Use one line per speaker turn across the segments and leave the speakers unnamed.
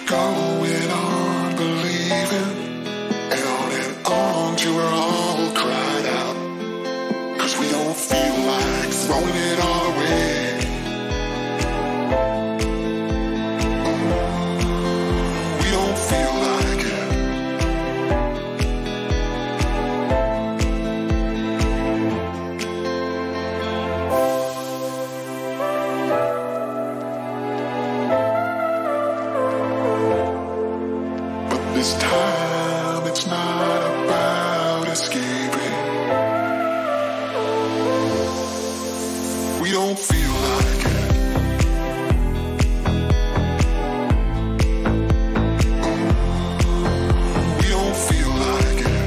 going on believing, and on till we're all cried out, 'cause we don't feel like throwing it all away. We don't feel like it. This time it's not about escaping. We don't feel like it. We don't feel like it.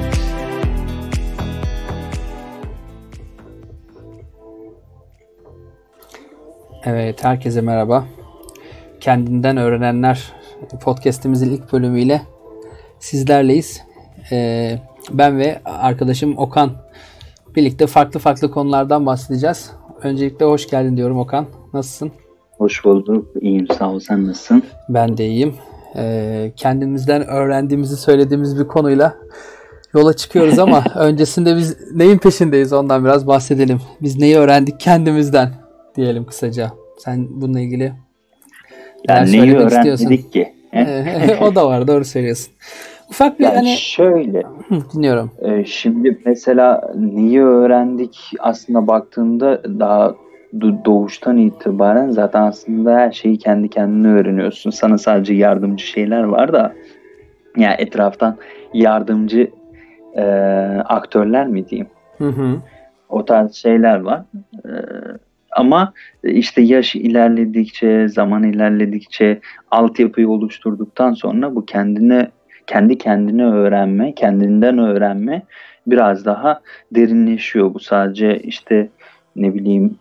Evet, herkese merhaba. Kendinden Öğrenenler podcast'imizin ilk bölümüyle sizlerleyiz. Ben ve arkadaşım Okan birlikte farklı konulardan bahsedeceğiz. Öncelikle hoş geldin diyorum Okan. Nasılsın?
Hoş bulduk. İyiyim, sağ ol. Sen nasılsın?
Ben de iyiyim. Kendimizden öğrendiğimizi söylediğimiz bir konuyla yola çıkıyoruz ama öncesinde biz neyin peşindeyiz ondan biraz bahsedelim. Biz neyi öğrendik kendimizden diyelim kısaca. Sen bununla ilgili
yani neyi öğrendik ki?
O da var, doğru söylüyorsun. Ufak bir
yani şöyle.
Dinliyorum.
Şimdi mesela neyi öğrendik aslında baktığında daha doğuştan itibaren zaten aslında her şeyi kendi kendine öğreniyorsun. Sana sadece yardımcı şeyler var da yani etraftan yardımcı aktörler mi diyeyim?
Hı.
O tarz şeyler var. Ama işte yaş ilerledikçe, zaman ilerledikçe altyapıyı oluşturduktan sonra bu kendi kendine öğrenme, kendinden öğrenme biraz daha derinleşiyor. Bu sadece işte ne bileyim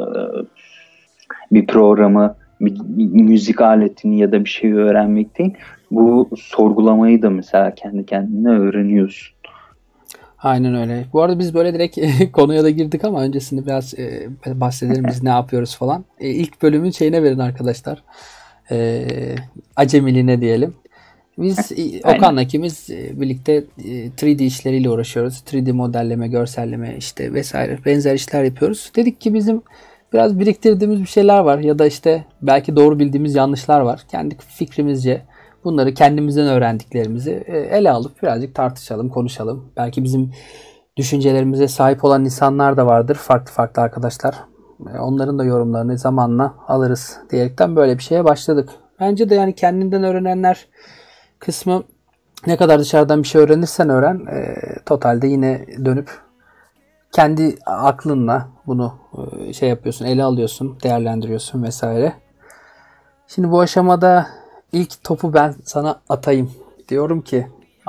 bir programı, bir müzik aletini ya da bir şeyi öğrenmek değil. Bu sorgulamayı da mesela kendi kendine öğreniyorsun.
Aynen öyle. Bu arada biz böyle direkt konuya da girdik ama öncesinde biraz bahsedelim biz ne yapıyoruz falan. İlk bölümün şeyine verin arkadaşlar. Acemiliğine diyelim. Biz Okan'la ikimiz birlikte 3D işleriyle uğraşıyoruz. 3D modelleme, görselleme işte vesaire benzer işler yapıyoruz. Dedik ki bizim biraz biriktirdiğimiz bir şeyler var ya da işte belki doğru bildiğimiz yanlışlar var. Kendi fikrimizce bunları kendimizden öğrendiklerimizi ele alıp birazcık tartışalım, konuşalım. Belki bizim düşüncelerimize sahip olan insanlar da vardır. Farklı arkadaşlar. Onların da yorumlarını zamanla alırız diyerekten böyle bir şeye başladık. Bence de yani kendinden öğrenenler kısmı ne kadar dışarıdan bir şey öğrenirsen öğren totalde yine dönüp kendi aklınla bunu şey yapıyorsun, ele alıyorsun, değerlendiriyorsun vesaire. Şimdi bu aşamada İlk topu ben sana atayım. Diyorum ki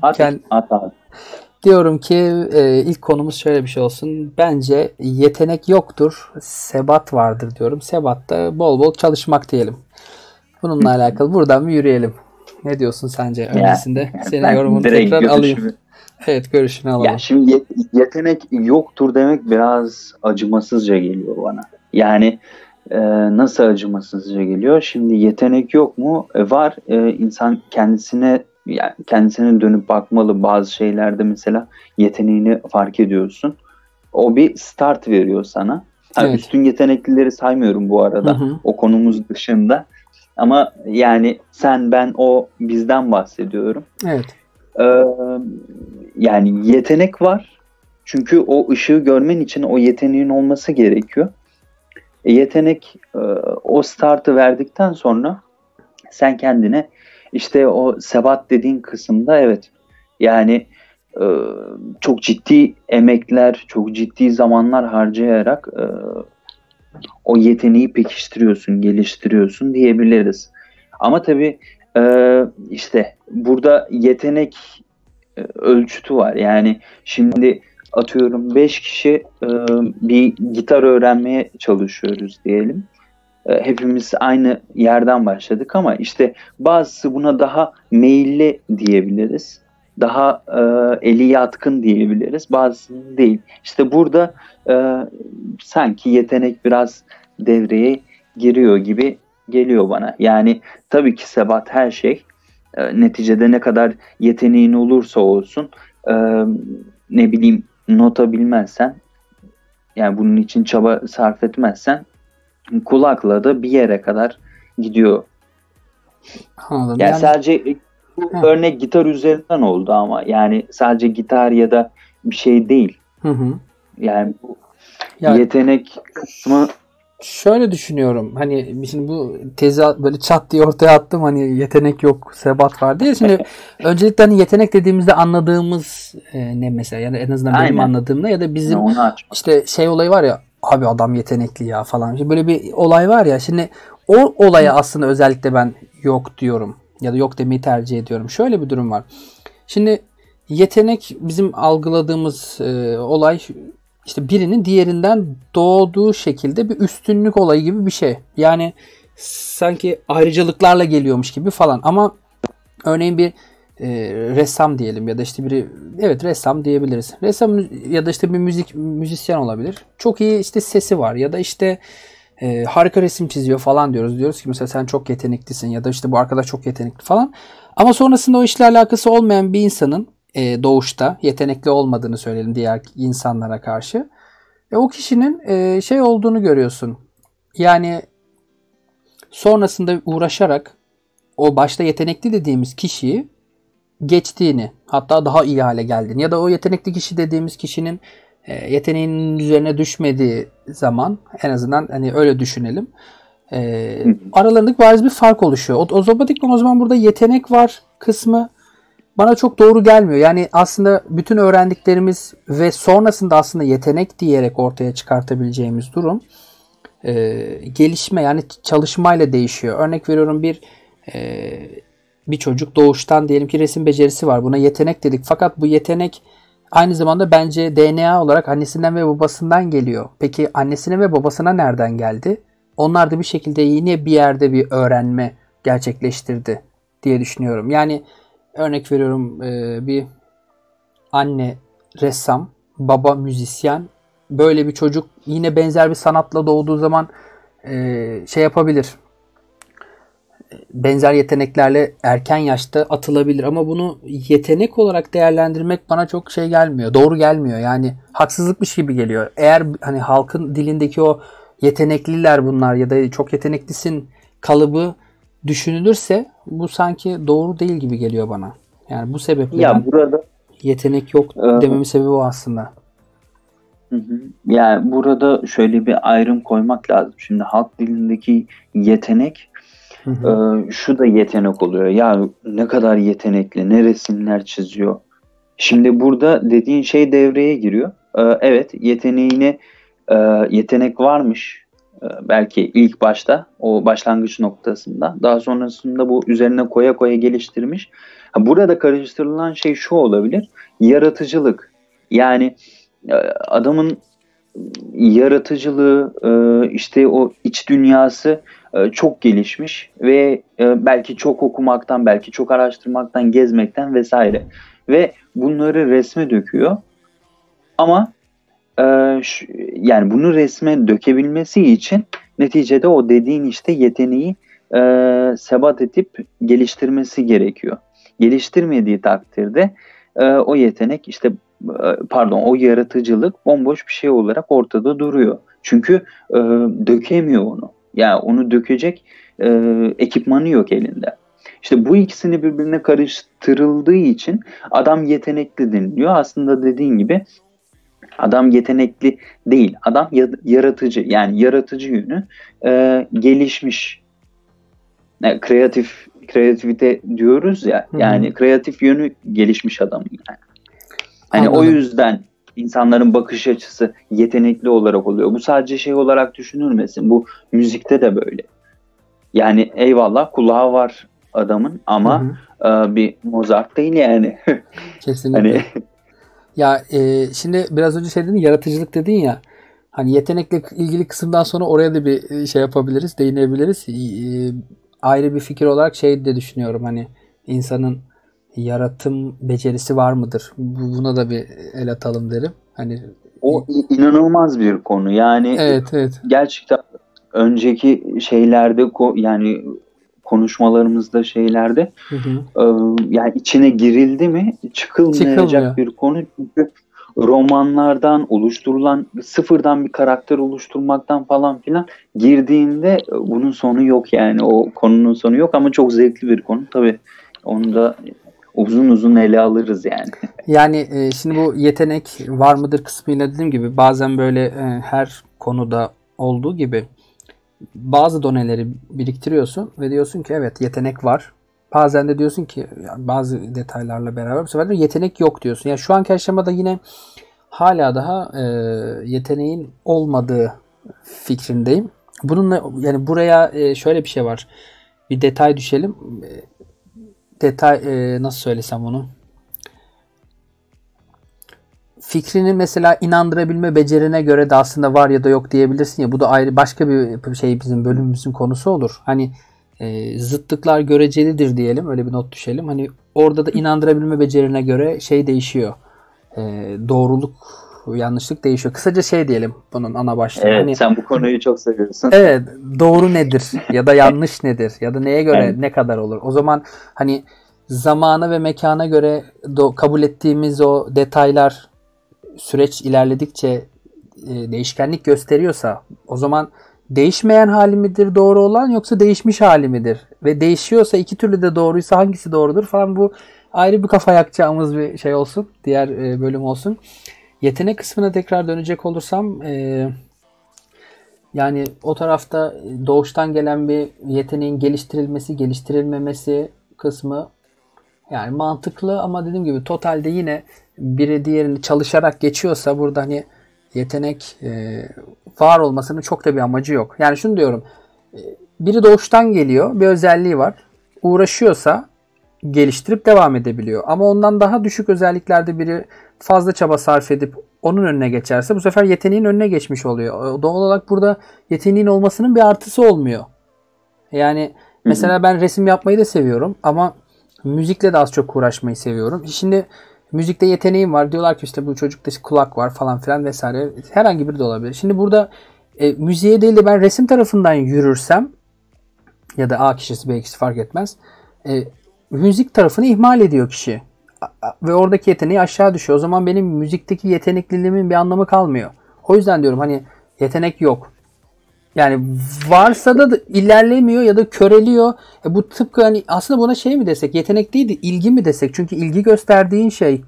diyorum ki ilk konumuz şöyle bir şey olsun. Bence yetenek yoktur, sebat vardır diyorum. Sebatta bol bol çalışmak diyelim. Bununla alakalı buradan bir yürüyelim. Ne diyorsun sence öncesinde? Senin yorumunu tekrar alayım. Evet, görüşünü alalım.
Ya şimdi yetenek yoktur demek biraz acımasızca geliyor bana. Yani nasıl acımasızca geliyor? Şimdi yetenek yok mu? Var. İnsan kendisine dönüp bakmalı. Bazı şeylerde mesela yeteneğini fark ediyorsun. O bir start veriyor sana. Evet. Üstün yeteneklileri saymıyorum bu arada. Hı. O konumuz dışında. Ama yani sen, ben, o bizden bahsediyorum.
Evet.
Yani yetenek var. Çünkü o ışığı görmen için o yeteneğin olması gerekiyor. Yetenek o startı verdikten sonra sen kendine işte o sebat dediğin kısımda evet yani çok ciddi emekler, çok ciddi zamanlar harcayarak o yeteneği pekiştiriyorsun, geliştiriyorsun diyebiliriz. Ama tabii işte burada yetenek ölçütü var. Yani şimdi atıyorum 5 kişi bir gitar öğrenmeye çalışıyoruz diyelim. Hepimiz aynı yerden başladık ama işte bazısı buna daha meyilli diyebiliriz. Daha eli yatkın diyebiliriz. Bazısı değil. İşte burada sanki yetenek biraz devreye giriyor gibi geliyor bana. Yani tabii ki sebat her şey. Neticede ne kadar yeteneğin olursa olsun ne bileyim nota bilmezsen, yani bunun için çaba sarf etmezsen kulakla da bir yere kadar gidiyor.
Anladım.
Yani sadece bu örnek gitar üzerinden oldu ama yani sadece gitar ya da bir şey değil.
Hı.
Yani bu yetenek kısmı.
Şöyle düşünüyorum. Hani şimdi bu tezi böyle çat diye ortaya attım. Hani yetenek yok, sebat var diye. Şimdi öncelikle hani yetenek dediğimizde anladığımız ne mesela? Yani en azından benim anladığımda ya da bizim işte şey olayı var ya, abi adam yetenekli ya falan. Şimdi böyle bir olay var ya. Şimdi o olaya aslında özellikle ben yok diyorum. Ya da yok demeyi tercih ediyorum. Şöyle bir durum var. Şimdi yetenek bizim algıladığımız olay işte birinin diğerinden doğduğu şekilde bir üstünlük olayı gibi bir şey. Yani sanki ayrıcalıklarla geliyormuş gibi falan. Ama örneğin bir ressam diyelim ya da işte biri, evet ressam diyebiliriz. Ressam ya da işte bir müzisyen olabilir. Çok iyi işte sesi var ya da işte harika resim çiziyor falan diyoruz. Diyoruz ki mesela sen çok yeteneklisin ya da işte bu arkadaş çok yetenekli falan. Ama sonrasında o işle alakası olmayan bir insanın doğuşta yetenekli olmadığını söyleyelim diğer insanlara karşı. O kişinin şey olduğunu görüyorsun. Yani sonrasında uğraşarak o başta yetenekli dediğimiz kişiyi geçtiğini, hatta daha iyi hale geldiğini ya da o yetenekli kişi dediğimiz kişinin yeteneğinin üzerine düşmediği zaman, en azından hani öyle düşünelim. Aralarındaki bariz bir fark oluşuyor. O zaman burada yetenek var kısmı bana çok doğru gelmiyor. Yani aslında bütün öğrendiklerimiz ve sonrasında aslında yetenek diyerek ortaya çıkartabileceğimiz durum gelişme, yani çalışmayla değişiyor. Örnek veriyorum, bir çocuk doğuştan diyelim ki resim becerisi var. Buna yetenek dedik. Fakat bu yetenek aynı zamanda bence DNA olarak annesinden ve babasından geliyor. Peki annesine ve babasına nereden geldi? Onlar da bir şekilde yine bir yerde bir öğrenme gerçekleştirdi diye düşünüyorum. Yani örnek veriyorum, bir anne ressam, baba müzisyen, böyle bir çocuk yine benzer bir sanatla doğduğu zaman şey yapabilir. Benzer yeteneklerle erken yaşta atılabilir ama bunu yetenek olarak değerlendirmek bana çok şey gelmiyor. Doğru gelmiyor. Yani haksızlıkmış gibi geliyor. Eğer hani halkın dilindeki o yetenekliler bunlar ya da çok yeteneklisin kalıbı düşünülürse bu sanki doğru değil gibi geliyor bana. Yani bu sebeple
ya burada
yetenek yok dememin sebebi o aslında.
Yani burada şöyle bir ayrım koymak lazım. Şimdi halk dilindeki yetenek şu da yetenek oluyor. Ya ne kadar yetenekli, ne resimler çiziyor. Şimdi burada dediğin şey devreye giriyor. Evet, yetenek varmış. Belki ilk başta o başlangıç noktasında. Daha sonrasında bu üzerine koya koya geliştirmiş. Burada karıştırılan şey şu olabilir. Yaratıcılık. Yani adamın yaratıcılığı, işte o iç dünyası çok gelişmiş ve belki çok okumaktan, belki çok araştırmaktan, gezmekten vesaire ve bunları resme döküyor. Ama yani bunu resme dökebilmesi için neticede o dediğin işte yeteneği sebat edip geliştirmesi gerekiyor. Geliştirmediği takdirde o yetenek işte o yaratıcılık bomboş bir şey olarak ortada duruyor. Çünkü dökemiyor onu. Yani onu dökecek ekipmanı yok elinde. İşte bu ikisini birbirine karıştırıldığı için adam yetenekli deniliyor. Aslında dediğin gibi adam yetenekli değil. Adam yaratıcı. Yani yaratıcı yönü gelişmiş. Yani kreativite diyoruz ya. Yani kreatif yönü gelişmiş adam yani. Hani o yüzden insanların bakış açısı yetenekli olarak oluyor. Bu sadece şey olarak düşünülmesin. Bu müzikte de böyle. Yani eyvallah kulağı var adamın ama bir Mozart değil yani.
Kesinlikle. Hani... Ya şimdi biraz önce şey dedin, yaratıcılık dedin ya. Hani yetenekle ilgili kısımdan sonra oraya da bir şey yapabiliriz, değinebiliriz. Ayrı bir fikir olarak şey de düşünüyorum, hani insanın yaratım becerisi var mıdır? Buna da bir el atalım derim. Hani
o inanılmaz bir konu. Yani
evet.
Gerçekten önceki şeylerde yani konuşmalarımızda şeylerde
Hı hı.
yani içine girildi mi çıkılmayacak
Çıkılmıyor.
bir konu, çünkü romanlardan oluşturulan sıfırdan bir karakter oluşturmaktan falan filan girdiğinde bunun sonu yok, yani o konunun sonu yok, ama çok zevkli bir konu tabii, onu da uzun uzun ele alırız yani.
Yani şimdi bu yetenek var mıdır kısmıyla dediğim gibi bazen böyle her konuda olduğu gibi bazı doneleri biriktiriyorsun ve diyorsun ki evet yetenek var. Bazen de diyorsun ki yani bazı detaylarla beraber bu sefer de yetenek yok diyorsun. Yani şu anki aşamada yine hala daha yeteneğin olmadığı fikrindeyim. Bununla yani buraya şöyle bir şey var. Bir detay düşelim. Detay nasıl söylesem bunu? Fikrini mesela inandırabilme becerine göre de aslında var ya da yok diyebilirsin ya. Bu da ayrı başka bir şey, bizim bölümümüzün konusu olur. Hani zıtlıklar görecelidir diyelim. Öyle bir not düşelim. Hani orada da inandırabilme becerine göre şey değişiyor. Doğruluk, yanlışlık değişiyor. Kısaca şey diyelim bunun ana başlığı.
Evet,
Hani
sen bu konuyu çok seviyorsun.
evet, doğru nedir ya da yanlış nedir ya da neye göre
Evet.
ne kadar olur? O zaman hani zamana ve mekana göre kabul ettiğimiz o detaylar süreç ilerledikçe değişkenlik gösteriyorsa o zaman değişmeyen hali midir doğru olan yoksa değişmiş hali midir? Ve değişiyorsa iki türlü de doğruysa hangisi doğrudur falan, bu ayrı bir kafa yakacağımız bir şey olsun. Diğer bölüm olsun. Yetenek kısmına tekrar dönecek olursam yani o tarafta doğuştan gelen bir yeteneğin geliştirilmesi, geliştirilmemesi kısmı yani mantıklı ama dediğim gibi totalde yine biri diğerini çalışarak geçiyorsa burada hani yetenek var olmasının çok da bir amacı yok. Yani şunu diyorum. Biri doğuştan geliyor, bir özelliği var. Uğraşıyorsa geliştirip devam edebiliyor. Ama ondan daha düşük özelliklerde biri fazla çaba sarf edip onun önüne geçerse bu sefer yeteneğin önüne geçmiş oluyor. Doğal olarak burada yeteneğin olmasının bir artısı olmuyor. Yani mesela ben resim yapmayı da seviyorum ama müzikle de az çok uğraşmayı seviyorum. Şimdi müzikte yeteneğim var. Diyorlar ki işte bu çocukta kulak var falan filan vesaire. Herhangi biri de olabilir. Şimdi burada müziğe değil de ben resim tarafından yürürsem ya da A kişisi B kişisi fark etmez. Müzik tarafını ihmal ediyor kişi. Ve oradaki yeteneği aşağı düşüyor. O zaman benim müzikteki yetenekliliğimin bir anlamı kalmıyor. O yüzden diyorum hani yetenek yok. Yani varsa da ilerlemiyor ya da köreliyor. Bu tıpkı hani aslında buna şey mi desek, yetenek değil de ilgi mi desek? Çünkü ilgi gösterdiğin şey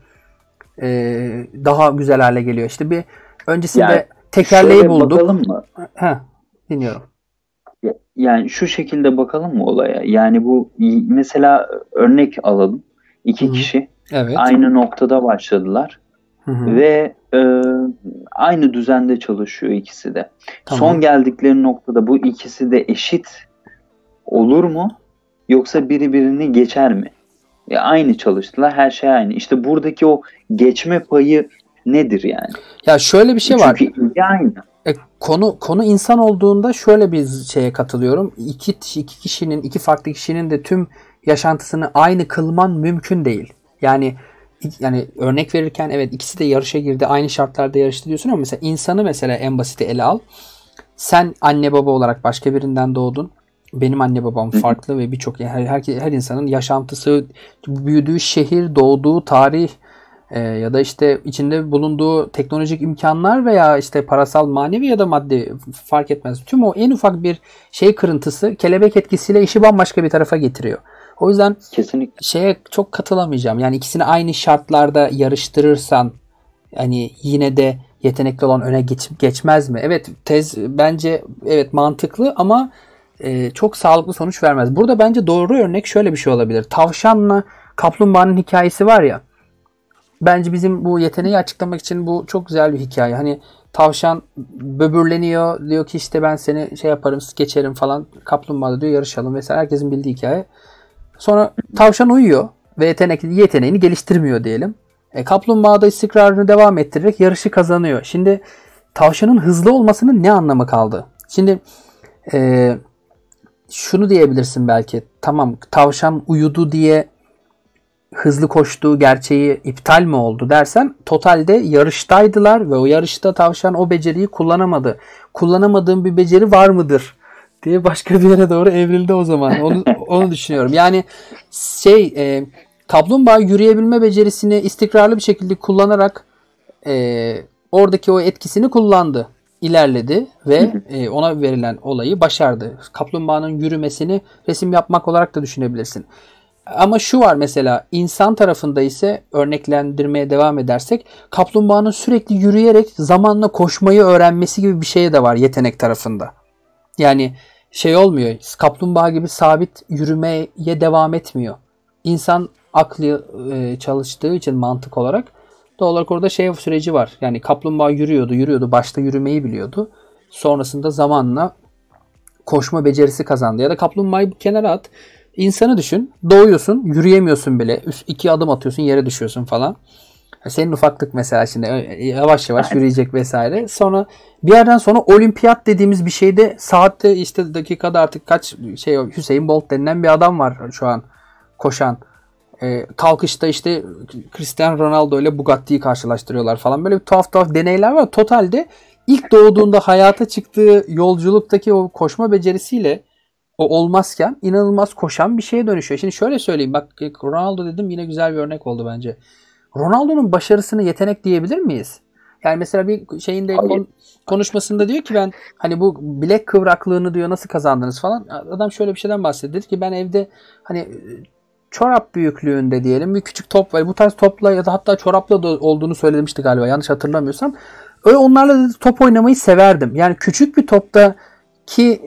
daha güzel hale geliyor. İşte bir öncesinde
Yani
tekerleği
şöyle
bulduk.
bakalım mı?
Dinliyorum.
Yani şu şekilde bakalım mı olaya? Yani bu mesela örnek alalım.
Hı
İki
hı.
kişi
Evet.
aynı noktada başladılar
Hı hı.
ve aynı düzende çalışıyor ikisi de.
Tamam.
Son geldikleri noktada bu ikisi de eşit olur mu? Yoksa biri birini geçer mi? Aynı çalıştılar, her şey aynı. İşte buradaki o geçme payı nedir yani?
Ya şöyle bir şey var.
Çünkü ilgi aynı.
Konu insan olduğunda şöyle bir şeye katılıyorum. İki farklı kişinin de tüm yaşantısını aynı kılman mümkün değil. Yani örnek verirken evet ikisi de yarışa girdi, aynı şartlarda yarıştı diyorsun ama mesela insanı mesela en basiti ele al. Sen anne baba olarak başka birinden doğdun. Benim anne babam farklı ve birçok her insanın yaşantısı, büyüdüğü şehir, doğduğu tarih ya da işte içinde bulunduğu teknolojik imkanlar veya işte parasal, manevi ya da maddi fark etmez. Tüm o en ufak bir şey kırıntısı kelebek etkisiyle işi bambaşka bir tarafa getiriyor. O yüzden
Kesinlikle.
şeye çok katılamayacağım. Yani ikisini aynı şartlarda yarıştırırsan hani yine de yetenekli olan öne geçmez mi? Evet, tez bence evet mantıklı ama çok sağlıklı sonuç vermez. Burada bence doğru örnek şöyle bir şey olabilir. Tavşanla kaplumbağanın hikayesi var ya. Bence bizim bu yeteneği açıklamak için bu çok güzel bir hikaye. Hani tavşan böbürleniyor. Diyor ki işte ben seni şey yaparım, geçerim falan. Kaplumbağa da diyor yarışalım vesaire. Herkesin bildiği hikaye. Sonra tavşan uyuyor ve yeteneğini geliştirmiyor diyelim. Kaplumbağa da istikrarını devam ettirerek yarışı kazanıyor. Şimdi tavşanın hızlı olmasının ne anlamı kaldı? Şimdi şunu diyebilirsin belki. Tamam, tavşan uyudu diye hızlı koştuğu gerçeği iptal mi oldu dersen, totalde yarıştaydılar ve o yarışta tavşan o beceriyi kullanamadı. kullanamadığım bir beceri var mıdır diye başka bir yere doğru evrildi o zaman. Onu düşünüyorum. Yani kaplumbağa yürüyebilme becerisini istikrarlı bir şekilde kullanarak oradaki o etkisini kullandı. İlerledi ve ona verilen olayı başardı. Kaplumbağanın yürümesini resim yapmak olarak da düşünebilirsin. Ama şu var mesela, insan tarafında ise örneklendirmeye devam edersek kaplumbağanın sürekli yürüyerek zamanla koşmayı öğrenmesi gibi bir şey de var yetenek tarafında. Yani olmuyor, kaplumbağa gibi sabit yürümeye devam etmiyor. İnsan aklı çalıştığı için mantık olarak doğal olarak orada süreci var. Yani kaplumbağa yürüyordu. Başta yürümeyi biliyordu. Sonrasında zamanla koşma becerisi kazandı. Ya da kaplumbağayı bir kenara at. İnsanı düşün. Doğuyorsun. Yürüyemiyorsun bile. 2 adım atıyorsun. Yere düşüyorsun falan. Senin ufaklık mesela şimdi yavaş yavaş yürüyecek vesaire. Sonra bir yerden sonra olimpiyat dediğimiz bir şeyde saatte işte dakikada artık kaç Hüseyin Bolt denilen bir adam var şu an koşan. Kalkışta işte Cristiano Ronaldo ile Bugatti'yi karşılaştırıyorlar falan. Böyle bir tuhaf deneyler var. Totalde ilk doğduğunda hayata çıktığı yolculuktaki o koşma becerisiyle o olmazken inanılmaz koşan bir şeye dönüşüyor. Şimdi şöyle söyleyeyim. Bak, Ronaldo dedim, yine güzel bir örnek oldu bence. Ronaldo'nun başarısını yetenek diyebilir miyiz? Yani mesela bir şeyinde konuşmasında diyor ki ben hani bu bilek kıvraklığını diyor nasıl kazandınız falan. Adam şöyle bir şeyden bahsediyor. Dedi ki ben evde hani çorap büyüklüğünde diyelim bir küçük top var. Bu tarz topla ya da hatta çorapla da olduğunu söylemişti galiba, yanlış hatırlamıyorsam. Öyle onlarla da top oynamayı severdim. Yani küçük bir toptaki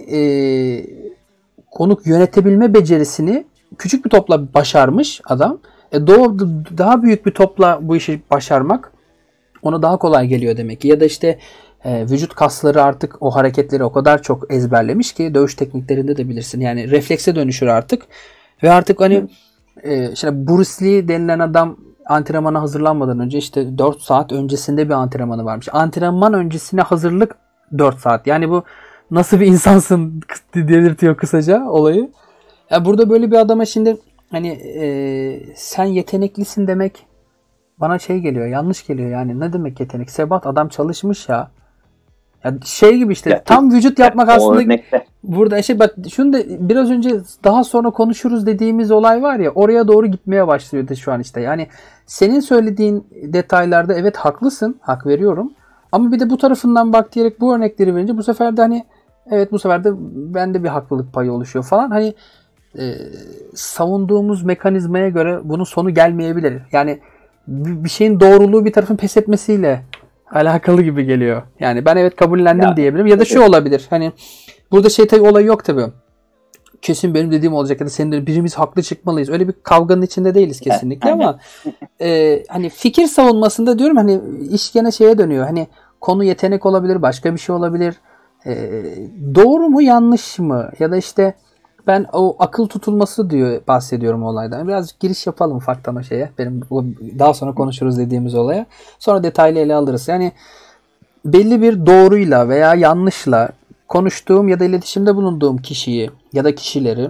konuk yönetebilme becerisini küçük bir topla başarmış adam. Daha büyük bir topla bu işi başarmak ona daha kolay geliyor demek ki. Ya da işte vücut kasları artık o hareketleri o kadar çok ezberlemiş ki dövüş tekniklerinde de bilirsin. Yani reflekse dönüşür artık. Ve artık hani işte Bruce Lee denilen adam antrenmana hazırlanmadan önce işte 4 saat öncesinde bir antrenmanı varmış. Antrenman öncesine hazırlık 4 saat. Yani bu nasıl bir insansın delirtiyor kısaca olayı. Yani burada böyle bir adama şimdi hani sen yeteneklisin demek bana geliyor, yanlış geliyor. Yani ne demek yetenek? Sebat, adam çalışmış ya. Ya gibi işte ya, tam vücut yapmak aslında
örnekte.
Burada bak şunu da biraz önce daha sonra konuşuruz dediğimiz olay var ya, oraya doğru gitmeye başlıyordu şu an işte. Yani senin söylediğin detaylarda evet haklısın, hak veriyorum. Ama bir de bu tarafından bak diyerek bu örnekleri verince bu sefer de hani evet bu sefer de bende bir haklılık payı oluşuyor falan. Hani savunduğumuz mekanizmaya göre bunun sonu gelmeyebilir. Yani bir şeyin doğruluğu bir tarafın pes etmesiyle alakalı gibi geliyor. Yani ben evet kabullendim diyebilirim. Ya da şu olabilir. Hani burada tabii olayı yok tabii. Kesin benim dediğim olacak ya da senin de birimiz haklı çıkmalıyız. Öyle bir kavganın içinde değiliz kesinlikle ama hani fikir savunmasında diyorum hani iş gene dönüyor. Hani konu yetenek olabilir, başka bir şey olabilir. Doğru mu, yanlış mı? Ya da işte ben o akıl tutulması bahsediyorum olaydan. Biraz giriş yapalım ufaktan o şeye. Benim daha sonra konuşuruz dediğimiz olaya. Sonra detaylı ele alırız. Yani belli bir doğruyla veya yanlışla konuştuğum ya da iletişimde bulunduğum kişiyi ya da kişileri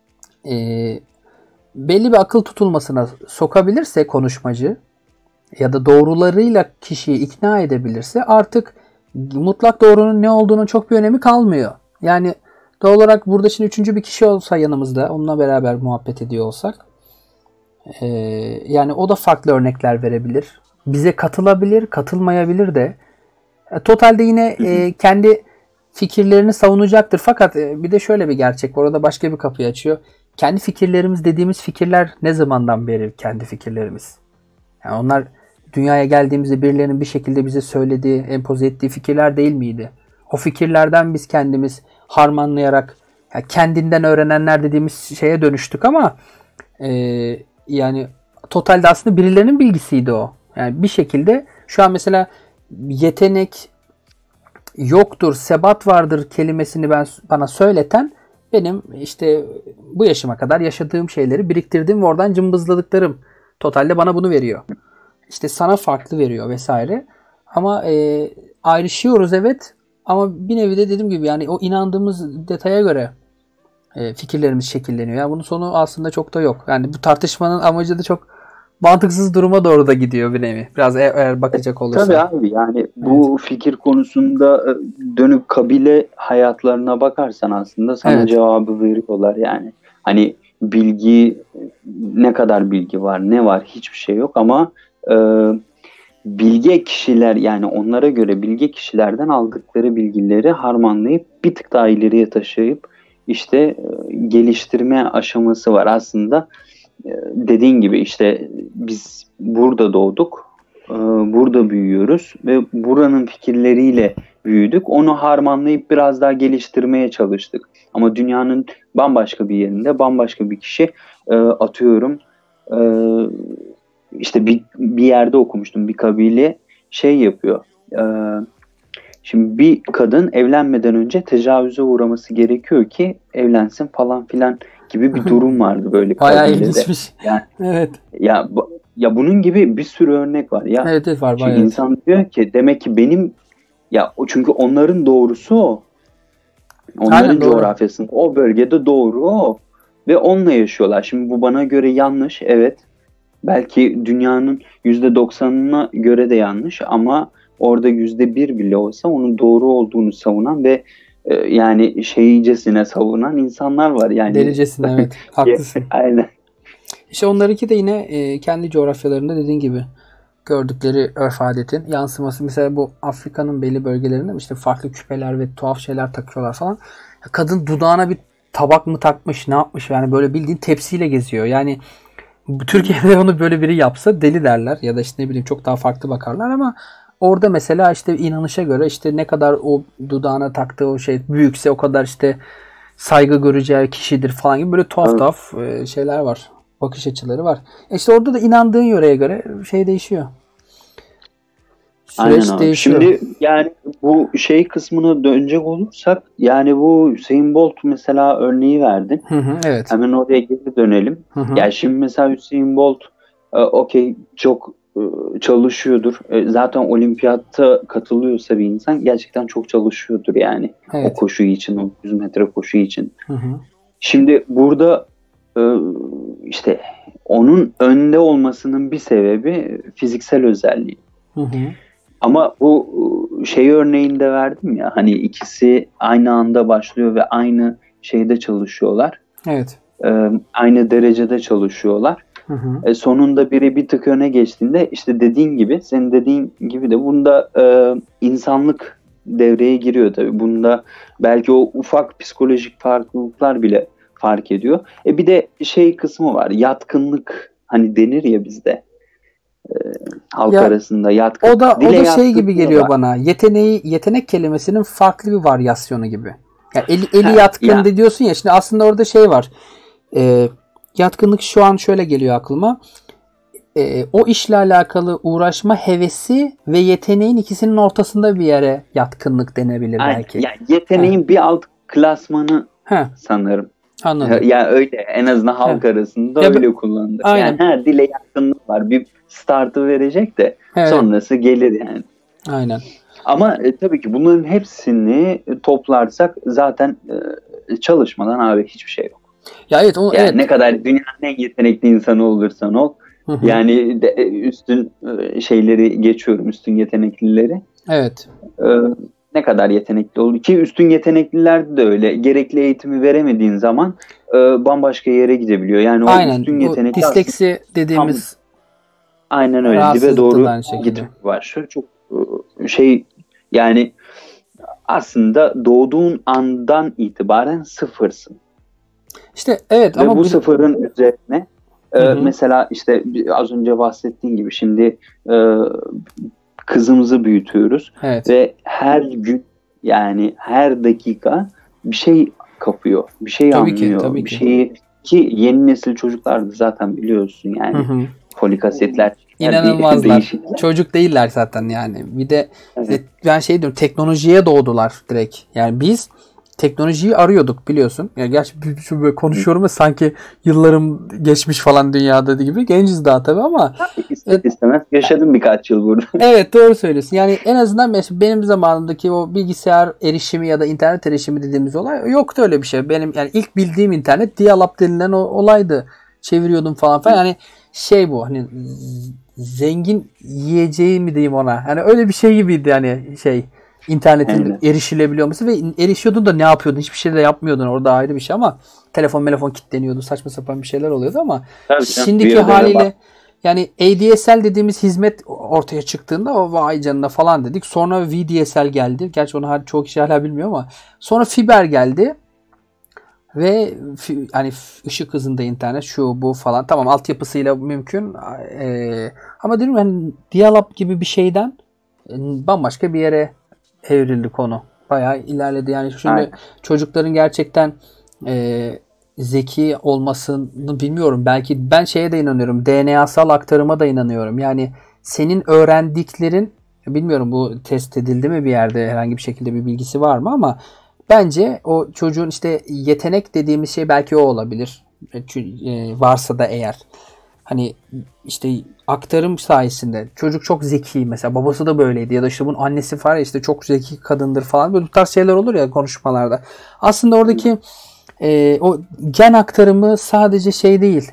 belli bir akıl tutulmasına sokabilirse konuşmacı ya da doğrularıyla kişiyi ikna edebilirse artık mutlak doğrunun ne olduğunun çok bir önemi kalmıyor. Yani doğal olarak burada şimdi 3. bir kişi olsa yanımızda, onunla beraber muhabbet ediyor olsak yani o da farklı örnekler verebilir. Bize katılabilir, katılmayabilir de. Totalde yine kendi fikirlerini savunacaktır. Fakat bir de şöyle bir gerçek var. Orada başka bir kapıyı açıyor. Kendi fikirlerimiz dediğimiz fikirler ne zamandan beri kendi fikirlerimiz? Yani onlar dünyaya geldiğimizde birilerinin bir şekilde bize söylediği, empoze ettiği fikirler değil miydi? O fikirlerden biz kendimiz harmanlayarak yani kendinden öğrenenler dediğimiz şeye dönüştük ama yani totalde aslında birilerinin bilgisiydi o. Yani bir şekilde şu an mesela yetenek yoktur, sebat vardır kelimesini bana söyleten benim işte bu yaşıma kadar yaşadığım şeyleri biriktirdiğim ve oradan cımbızladıklarım. Totalde bana bunu veriyor. İşte sana farklı veriyor vesaire. Ama ayrışıyoruz evet. Ama bir nevi de dediğim gibi yani o inandığımız detaya göre fikirlerimiz şekilleniyor. Yani bunun sonu aslında çok da yok. Yani bu tartışmanın amacı da çok mantıksız duruma doğru da gidiyor bir nevi. Biraz eğer bakacak olursa.
Tabii abi, yani bu fikir konusunda dönüp kabile hayatlarına bakarsan aslında sana cevabı veriyorlar yani. Hani bilgi, ne kadar bilgi var, ne var, hiçbir şey yok ama bilge kişiler, yani onlara göre bilge kişilerden aldıkları bilgileri harmanlayıp bir tık daha ileriye taşıyıp işte geliştirme aşaması var aslında. Dediğin gibi işte biz burada doğduk, burada büyüyoruz ve buranın fikirleriyle büyüdük. Onu harmanlayıp biraz daha geliştirmeye çalıştık. Ama dünyanın bambaşka bir yerinde bambaşka bir kişi, atıyorum, işte bir yerde okumuştum, bir kabile şey yapıyor. Şimdi bir kadın evlenmeden önce tecavüze uğraması gerekiyor ki evlensin falan filan gibi bir durum vardı böyle
bayağı
kabilede.
ilginçmiş.
Yani,
evet.
Ya bunun gibi bir sürü örnek var. Ya
evet var bayağı.
İnsan diyor ki demek ki benim, ya çünkü onların doğrusu o. Onların
Aynen, doğru.
coğrafyasında, o bölgede doğru o. Ve onunla yaşıyorlar. Şimdi bu bana göre yanlış, evet. Belki dünyanın %90'ına göre de yanlış ama orada %1 bile olsa onun doğru olduğunu savunan ve yani şeycesine savunan insanlar var. Yani
delicesine, evet. Haklısın.
Aynen.
İşte onlarınki de yine kendi coğrafyalarında dediğin gibi gördükleri örf adetin yansıması. Mesela bu Afrika'nın belli bölgelerinde işte farklı küpeler ve tuhaf şeyler takıyorlar falan. Kadın dudağına bir tabak mı takmış, ne yapmış, yani böyle bildiğin tepsiyle geziyor. Yani Türkiye'de onu böyle biri yapsa deli derler ya da işte ne bileyim çok daha farklı bakarlar ama orada mesela işte inanışa göre işte ne kadar o dudağına taktığı o şey büyükse o kadar işte saygı göreceği kişidir falan gibi böyle tuhaf tuhaf şeyler var. Bakış açıları var. İşte orada da inandığın yöreye göre şey değişiyor. Süreç
Aynen
değişiyor.
Şimdi yani bu şey kısmına dönecek olursak, yani bu Hüseyin Bolt mesela örneği verdin.
Evet.
Hemen oraya geri dönelim. Yani şimdi mesela Hüseyin Bolt okey, çok çalışıyordur. Zaten olimpiyatta katılıyorsa bir insan gerçekten çok çalışıyordur yani.
Evet.
O koşu için, o 100 metre koşu için. Şimdi burada işte onun önde olmasının bir sebebi fiziksel özelliği. Ama bu şey örneğinde verdim ya, hani ikisi aynı anda başlıyor ve aynı şeyde çalışıyorlar.
Evet.
Aynı derecede çalışıyorlar. Sonunda biri bir tık öne geçtiğinde işte dediğin gibi, senin dediğin gibi de bunda insanlık devreye giriyor tabii. Bunda belki o ufak psikolojik farklılıklar bile fark ediyor. Bir de şey kısmı var, yatkınlık, hani denir ya bizde. Halk arasında yatkın.
O da şey gibi geliyor bana. Yetenek kelimesinin farklı bir varyasyonu gibi. Yani eli yatkın de diyorsun ya. Şimdi aslında orada şey var. Yatkınlık şu an şöyle geliyor aklıma. O işle alakalı uğraşma hevesi ve yeteneğin ikisinin ortasında bir yere yatkınlık denebilir belki.
Yani yeteneğin bir alt klasmanı sanırım.
Anladım.
Yani öyle, en azından halk arasında öyle kullanılır.
Aynen.
Yani dile yatkınlık var. Bir startı verecek de sonrası gelir yani.
Aynen.
Ama tabii ki bunların hepsini toplarsak zaten çalışmadan abi hiçbir şey yok.
Ya evet,
yani ne kadar dünyanın en yetenekli insanı olursan ol. Yani üstün şeyleri geçiyorum, üstün yeteneklileri.
Evet.
Ne kadar yetenekli olur ki, üstün yeteneklilerde de öyle. Gerekli eğitimi veremediğin zaman bambaşka yere gidebiliyor. Yani o üstün yetenekli
disleksi dediğimiz
aynen öyle dibe doğru gitmek var. Çok şey, yani aslında doğduğun andan itibaren sıfırsın.
İşte evet,
ve ama bu sıfırın üzerine mesela işte az önce bahsettiğin gibi şimdi kızımızı büyütüyoruz ve her gün, yani her dakika bir şey kapıyor, bir şey anlıyor, bir şeyi, ki yeni nesil çocuklar da zaten biliyorsun yani folik asitler
inanılmazlar. Çocuk değiller zaten yani. Bir de ben şey diyorum, teknolojiye doğdular direkt. Yani biz teknolojiyi arıyorduk biliyorsun. Yani gerçi böyle konuşuyorum ve sanki yıllarım geçmiş falan dünyada gibi. Genciz daha tabii ama
istemez yaşadım birkaç yıl burada.
Evet, doğru söylüyorsun. Yani en azından mesela benim zamanımdaki o bilgisayar erişimi ya da internet erişimi dediğimiz olay yoktu, öyle bir şey. Benim yani ilk bildiğim internet dial-up denilen o olaydı. çeviriyordum falan filan. Yani şey bu hani zengin yiyeceği mi diyeyim ona. Hani öyle bir şey gibiydi yani şey internetin
Aynen.
erişilebiliyor olması ve erişiyordun da ne yapıyordun? Hiçbir şey de yapmıyordun. Orada ayrı bir şey ama telefon kilitleniyordu. Saçma sapan bir şeyler oluyordu ama
Tabii canım,
şimdiki
bir
haliyle
bak.
yani ADSL dediğimiz hizmet ortaya çıktığında o vay canına falan dedik. Sonra VDSL geldi. Gerçi onu çoğu kişi hala bilmiyor ama sonra fiber geldi. Ve hani ışık hızında internet şu bu falan. Tamam altyapısıyla mümkün. Ama diyorum hani dial-up gibi bir şeyden bambaşka bir yere evrildi konu. Bayağı ilerledi. Yani şimdi
Aynen.
çocukların gerçekten zeki olmasını bilmiyorum. Belki ben şeye de inanıyorum. DNA'sal aktarıma da inanıyorum. Yani senin öğrendiklerin bilmiyorum bu test edildi mi bir yerde herhangi bir şekilde bir bilgisi var mı ama bence o çocuğun işte yetenek dediğimiz şey belki o olabilir. Varsa da eğer. Hani işte aktarım sayesinde çocuk çok zeki mesela babası da böyleydi ya da işte bunun annesi var ya işte çok zeki kadındır falan böyle bu tarz şeyler olur ya konuşmalarda. Aslında oradaki o gen aktarımı sadece şey değil.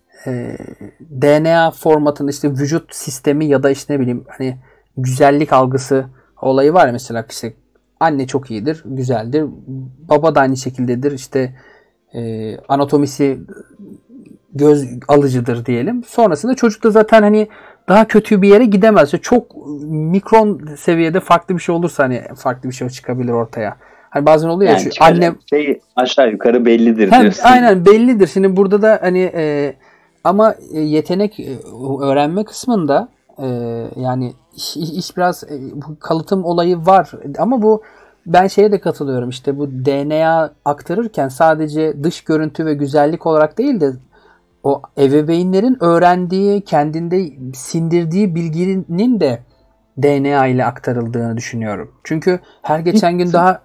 DNA formatında işte vücut sistemi ya da işte ne bileyim hani güzellik algısı olayı var ya mesela işte anne çok iyidir, güzeldir. Baba da aynı şekildedir. İşte anatomisi göz alıcıdır diyelim. Sonrasında çocuk da zaten hani daha kötü bir yere gidemez. Çok mikron seviyede farklı bir şey olursa hani farklı bir şey çıkabilir ortaya. Hani bazen oluyor ya
Yani
şu annem
şey aşağı yukarı bellidir diyorsun.
aynen bellidir. Şimdi burada da hani ama yetenek öğrenme kısmında yani iş biraz bu kalıtım olayı var. Ama bu ben şeye de katılıyorum. İşte bu DNA aktarırken sadece dış görüntü ve güzellik olarak değil de o ebeveynlerin öğrendiği, kendinde sindirdiği bilginin de DNA ile aktarıldığını düşünüyorum. Çünkü her geçen gün daha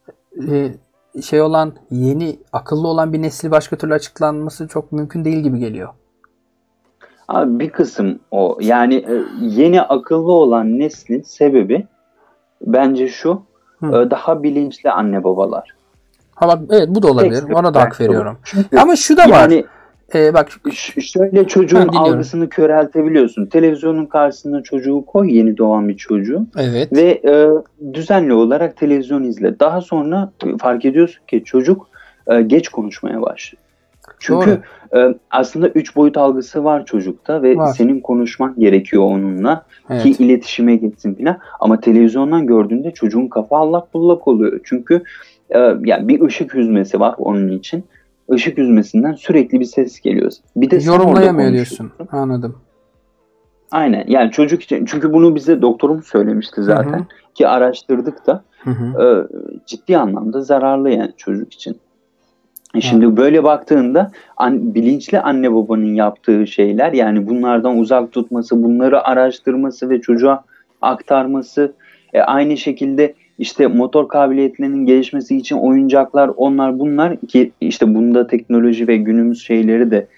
şey olan yeni akıllı olan bir nesli başka türlü açıklanması çok mümkün değil gibi geliyor.
Abi bir kısım o. Yani yeni akıllı olan neslin sebebi bence şu. Daha bilinçli anne babalar.
Ha bak evet bu da olabilir.
Tek
Ona da hak
sebep bu.
veriyorum.
Çünkü
Ama şu da var.
yani
Bak
şöyle çocuğun
dinliyorum.
algısını köreltebiliyorsun. Televizyonun karşısına çocuğu koy, yeni doğan bir çocuğu.
Evet.
Ve düzenli olarak televizyon izle. Daha sonra fark ediyorsun ki çocuk geç konuşmaya başlıyor. Çünkü aslında 3 boyut algısı var çocukta ve
Var.
senin konuşman gerekiyor onunla
Evet.
ki iletişime geçsin falan. Ama televizyondan gördüğünde çocuğun kafa allak bullak oluyor. Çünkü yani bir ışık hüzmesi var onun için. Işık hüzmesinden sürekli bir ses geliyor. Bir de sen orada
Yorumlayamıyor diyorsun.
konuşuyorsun.
Anladım.
Aynen. Yani çocuk için, çünkü bunu bize doktorum söylemişti zaten.
Hı hı.
Ki araştırdık da
Hı hı.
ciddi anlamda zararlı yani çocuk için.
Ha.
Şimdi böyle baktığında bilinçli anne babanın yaptığı şeyler, yani bunlardan uzak tutması, bunları araştırması ve çocuğa aktarması, aynı şekilde işte motor kabiliyetlerinin gelişmesi için oyuncaklar, onlar bunlar ki işte bunda teknoloji ve günümüz şeyleri de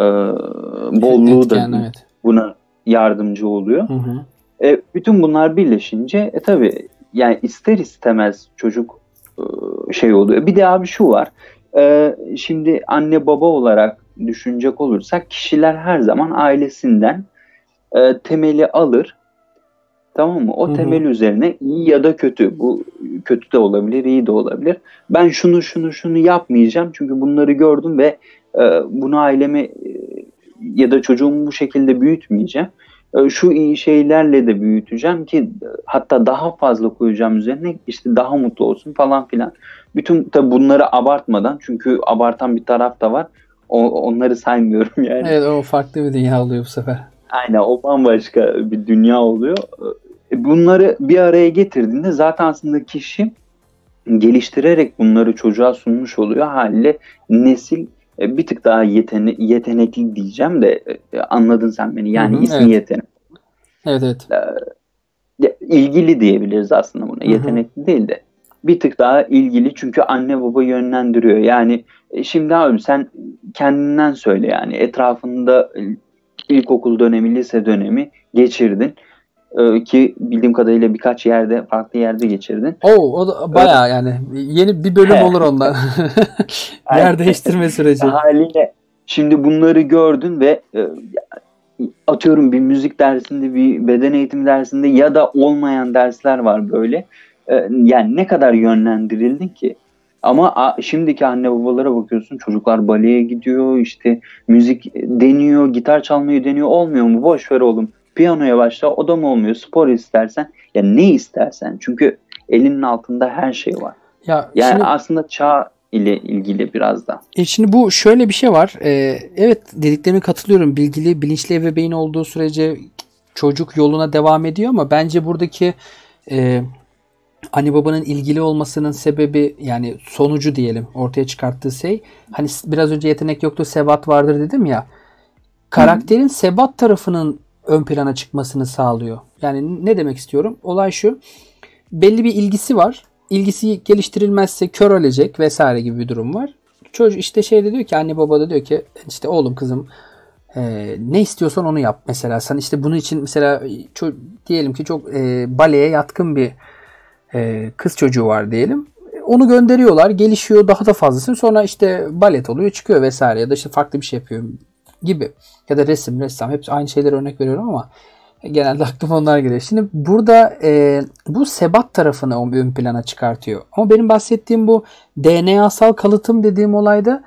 bolluğu da
Evet.
buna yardımcı oluyor.
Hı hı.
Bütün bunlar birleşince tabii yani ister istemez çocuk şey oluyor. Bir de abi şu var. Şimdi anne baba olarak düşünecek olursak kişiler her zaman ailesinden temeli alır. Tamam mı? O
Hı hı.
temel üzerine iyi ya da kötü. Bu kötü de olabilir, iyi de olabilir. Ben şunu yapmayacağım çünkü bunları gördüm ve bunu aileme ya da çocuğumu bu şekilde büyütmeyeceğim. Şu iyi şeylerle de büyüteceğim ki hatta daha fazla koyacağım üzerine, işte daha mutlu olsun falan filan. Bütün tabi bunları abartmadan, çünkü abartan bir taraf da var. Onları saymıyorum yani.
Evet o farklı bir dünya oluyor bu sefer.
Aynen, o bambaşka bir dünya oluyor. Bunları bir araya getirdiğinde zaten aslında kişi geliştirerek bunları çocuğa sunmuş oluyor. Haliyle nesil bir tık daha yetenekli diyeceğim de anladın sen beni. Yani
Hı hı,
ismi
evet.
yetenek.
Evet.
İlgili diyebiliriz aslında buna.
Hı hı.
Yetenekli değil de bir tık daha ilgili, çünkü anne baba yönlendiriyor. Yani şimdi abi sen kendinden söyle, yani etrafında ilkokul dönemi, lise dönemi geçirdin. Ki bildiğim kadarıyla birkaç yerde, farklı yerde geçirdin.
O da bayağı yani yeni bir bölüm olur ondan. Yer değiştirme süreci.
Haliyle Şimdi bunları gördün ve atıyorum bir müzik dersinde, bir beden eğitimi dersinde ya da olmayan dersler var böyle. Yani ne kadar yönlendirildin ki? Ama şimdiki anne babalara bakıyorsun, çocuklar baleye gidiyor, işte müzik deniyor, gitar çalmayı deniyor, olmuyor mu? Boş ver oğlum. Piyanoya başla, o da mı olmuyor? Spor istersen, ya ne istersen. Çünkü elinin altında her şey var.
Ya
Yani
şimdi,
aslında çağ ile ilgili biraz da.
şimdi bu şöyle bir şey var. Evet, dediklerine katılıyorum. Bilgili, bilinçli ebeveyn olduğu sürece çocuk yoluna devam ediyor ama bence buradaki anne babanın ilgili olmasının sebebi, yani sonucu diyelim, ortaya çıkarttığı şey, hani biraz önce yetenek yoktur sebat vardır dedim ya, karakterin sebat tarafının ön plana çıkmasını sağlıyor. Yani ne demek istiyorum? Olay şu: belli bir ilgisi var. İlgisi geliştirilmezse kör ölecek vesaire gibi bir durum var. Çocuk işte şeyde diyor ki, anne baba da diyor ki işte oğlum kızım, ne istiyorsan onu yap. Mesela sen işte bunun için mesela diyelim ki çok baleye yatkın bir kız çocuğu var diyelim. Onu gönderiyorlar, gelişiyor daha da fazlasını. Sonra işte balet oluyor, çıkıyor vesaire, ya da işte farklı bir şey yapıyor gibi. Ya da ressam. Hep aynı şeyleri örnek veriyorum ama genelde aklıma onlar geliyor. Şimdi burada bu sebat tarafını ön plana çıkartıyor. Ama benim bahsettiğim bu DNA'sal kalıtım dediğim olayda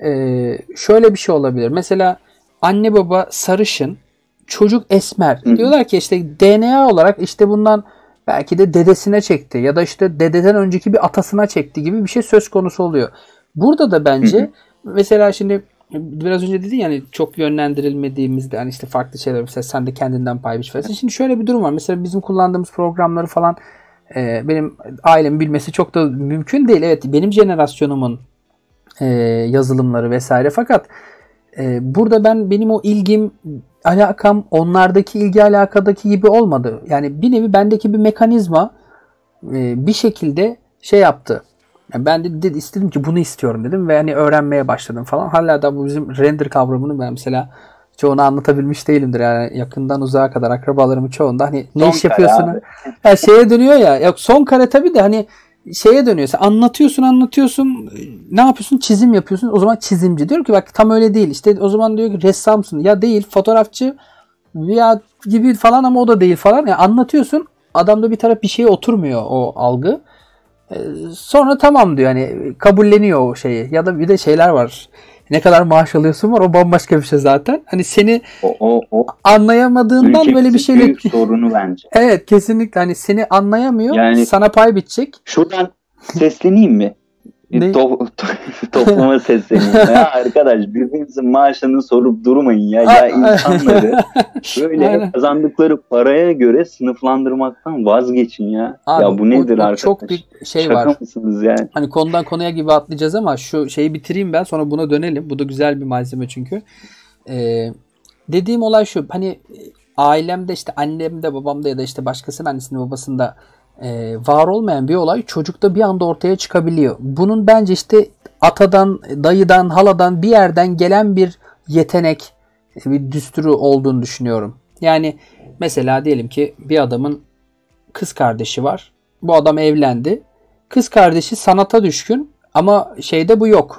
şöyle bir şey olabilir. Mesela anne baba sarışın, çocuk esmer. Diyorlar ki işte DNA olarak işte bundan belki de dedesine çekti ya da işte dededen önceki bir atasına çekti gibi bir şey söz konusu oluyor. Burada da bence mesela şimdi biraz önce dedin yani, çok yönlendirilmediğimizde hani işte farklı şeyler, mesela sen de kendinden pay biç falan. Şimdi şöyle bir durum var. Mesela bizim kullandığımız programları falan benim ailemin bilmesi çok da mümkün değil. Evet, benim jenerasyonumun yazılımları vesaire, fakat burada benim o ilgim, alakam onlardaki ilgi alakadaki gibi olmadı. Yani bir nevi bendeki bir mekanizma bir şekilde şey yaptı. Yani ben de istedim ki bunu istiyorum dedim ve hani öğrenmeye başladım falan. Hala da bu bizim render kavramını ben mesela çoğunu anlatabilmiş değilimdir. Yani yakından uzağa kadar akrabalarımın çoğunda hani ne iş yapıyorsun? Her şeye dönüyor ya. Yok, son kare tabii de hani şeye dönüyor. Sen anlatıyorsun. Ne yapıyorsun? Çizim yapıyorsun. O zaman çizimci. Diyorum ki bak, tam öyle değil. İşte o zaman diyor ki ressamsın. Ya değil, fotoğrafçı ya gibi falan, ama o da değil falan. Yani anlatıyorsun. Adamda bir taraf bir şeye oturmuyor, o algı. Sonra tamam diyor, hani kabulleniyor o şeyi. Ya da bir de şeyler var. Ne kadar maaş alıyorsun var, o bambaşka bir şey zaten. Hani seni anlayamadığından böyle bir şeyle
büyük sorunu bence.
Evet, kesinlikle, hani seni anlayamıyor. Yani, sana pay bitecek.
Şuradan sesleneyim mi? Topluma sesleneyim. Ya arkadaş, birbirinizin maaşını sorup durmayın ya. Ya insanları böyle kazandıkları paraya göre sınıflandırmaktan vazgeçin ya. Abi, ya bu nedir arkadaş?
Çok bir şey
şaka
var.
Mısınız yani?
Hani konudan konuya gibi atlayacağız ama şu şeyi bitireyim ben, sonra buna dönelim. Bu da güzel bir malzeme çünkü. Dediğim olay şu: hani ailemde, işte annemde, babamda ya da işte başkasının annesinde babasında var olmayan bir olay çocukta bir anda ortaya çıkabiliyor. Bunun bence işte atadan, dayıdan, haladan, bir yerden gelen bir yetenek, bir düsturu olduğunu düşünüyorum. Yani mesela diyelim ki bir adamın kız kardeşi var. Bu adam evlendi. Kız kardeşi sanata düşkün ama şeyde bu yok.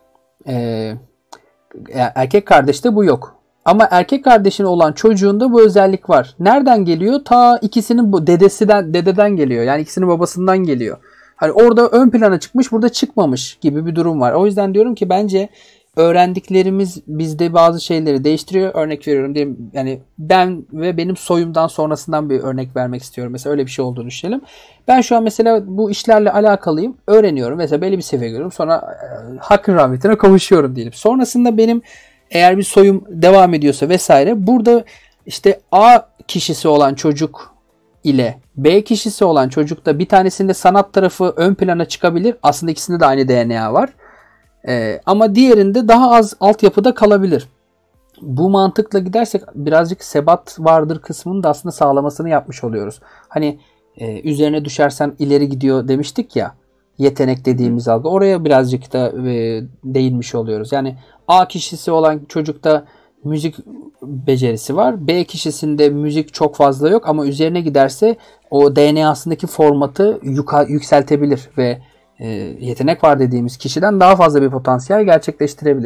Erkek kardeşte bu yok. Ama erkek kardeşine olan çocuğunda bu özellik var. Nereden geliyor? Ta ikisinin bu dededen geliyor. Yani ikisinin babasından geliyor. Hani orada ön plana çıkmış, burada çıkmamış gibi bir durum var. O yüzden diyorum ki bence öğrendiklerimiz bizde bazı şeyleri değiştiriyor. Örnek veriyorum diyelim, yani ben ve benim soyumdan sonrasından bir örnek vermek istiyorum. Mesela öyle bir şey olduğunu düşünelim. Ben şu an mesela bu işlerle alakalıyım. Öğreniyorum. Mesela belli bir seviye görüyorum. Sonra hakkın rahmetine kavuşuyorum diyelim. Sonrasında benim eğer bir soyum devam ediyorsa vesaire, burada işte A kişisi olan çocuk ile B kişisi olan çocukta bir tanesinde sanat tarafı ön plana çıkabilir. Aslında ikisinde de aynı DNA var. Ama diğerinde daha az altyapıda kalabilir. Bu mantıkla gidersek birazcık sebat vardır kısmını da aslında sağlamasını yapmış oluyoruz. Hani üzerine düşersen ileri gidiyor demiştik ya, yetenek dediğimiz algı. Oraya birazcık da değinmiş oluyoruz. Yani A kişisi olan çocukta müzik becerisi var. B kişisinde müzik çok fazla yok ama üzerine giderse o DNA'sındaki formatı yükseltebilir ve yetenek var dediğimiz kişiden daha fazla bir potansiyel gerçekleştirebilir.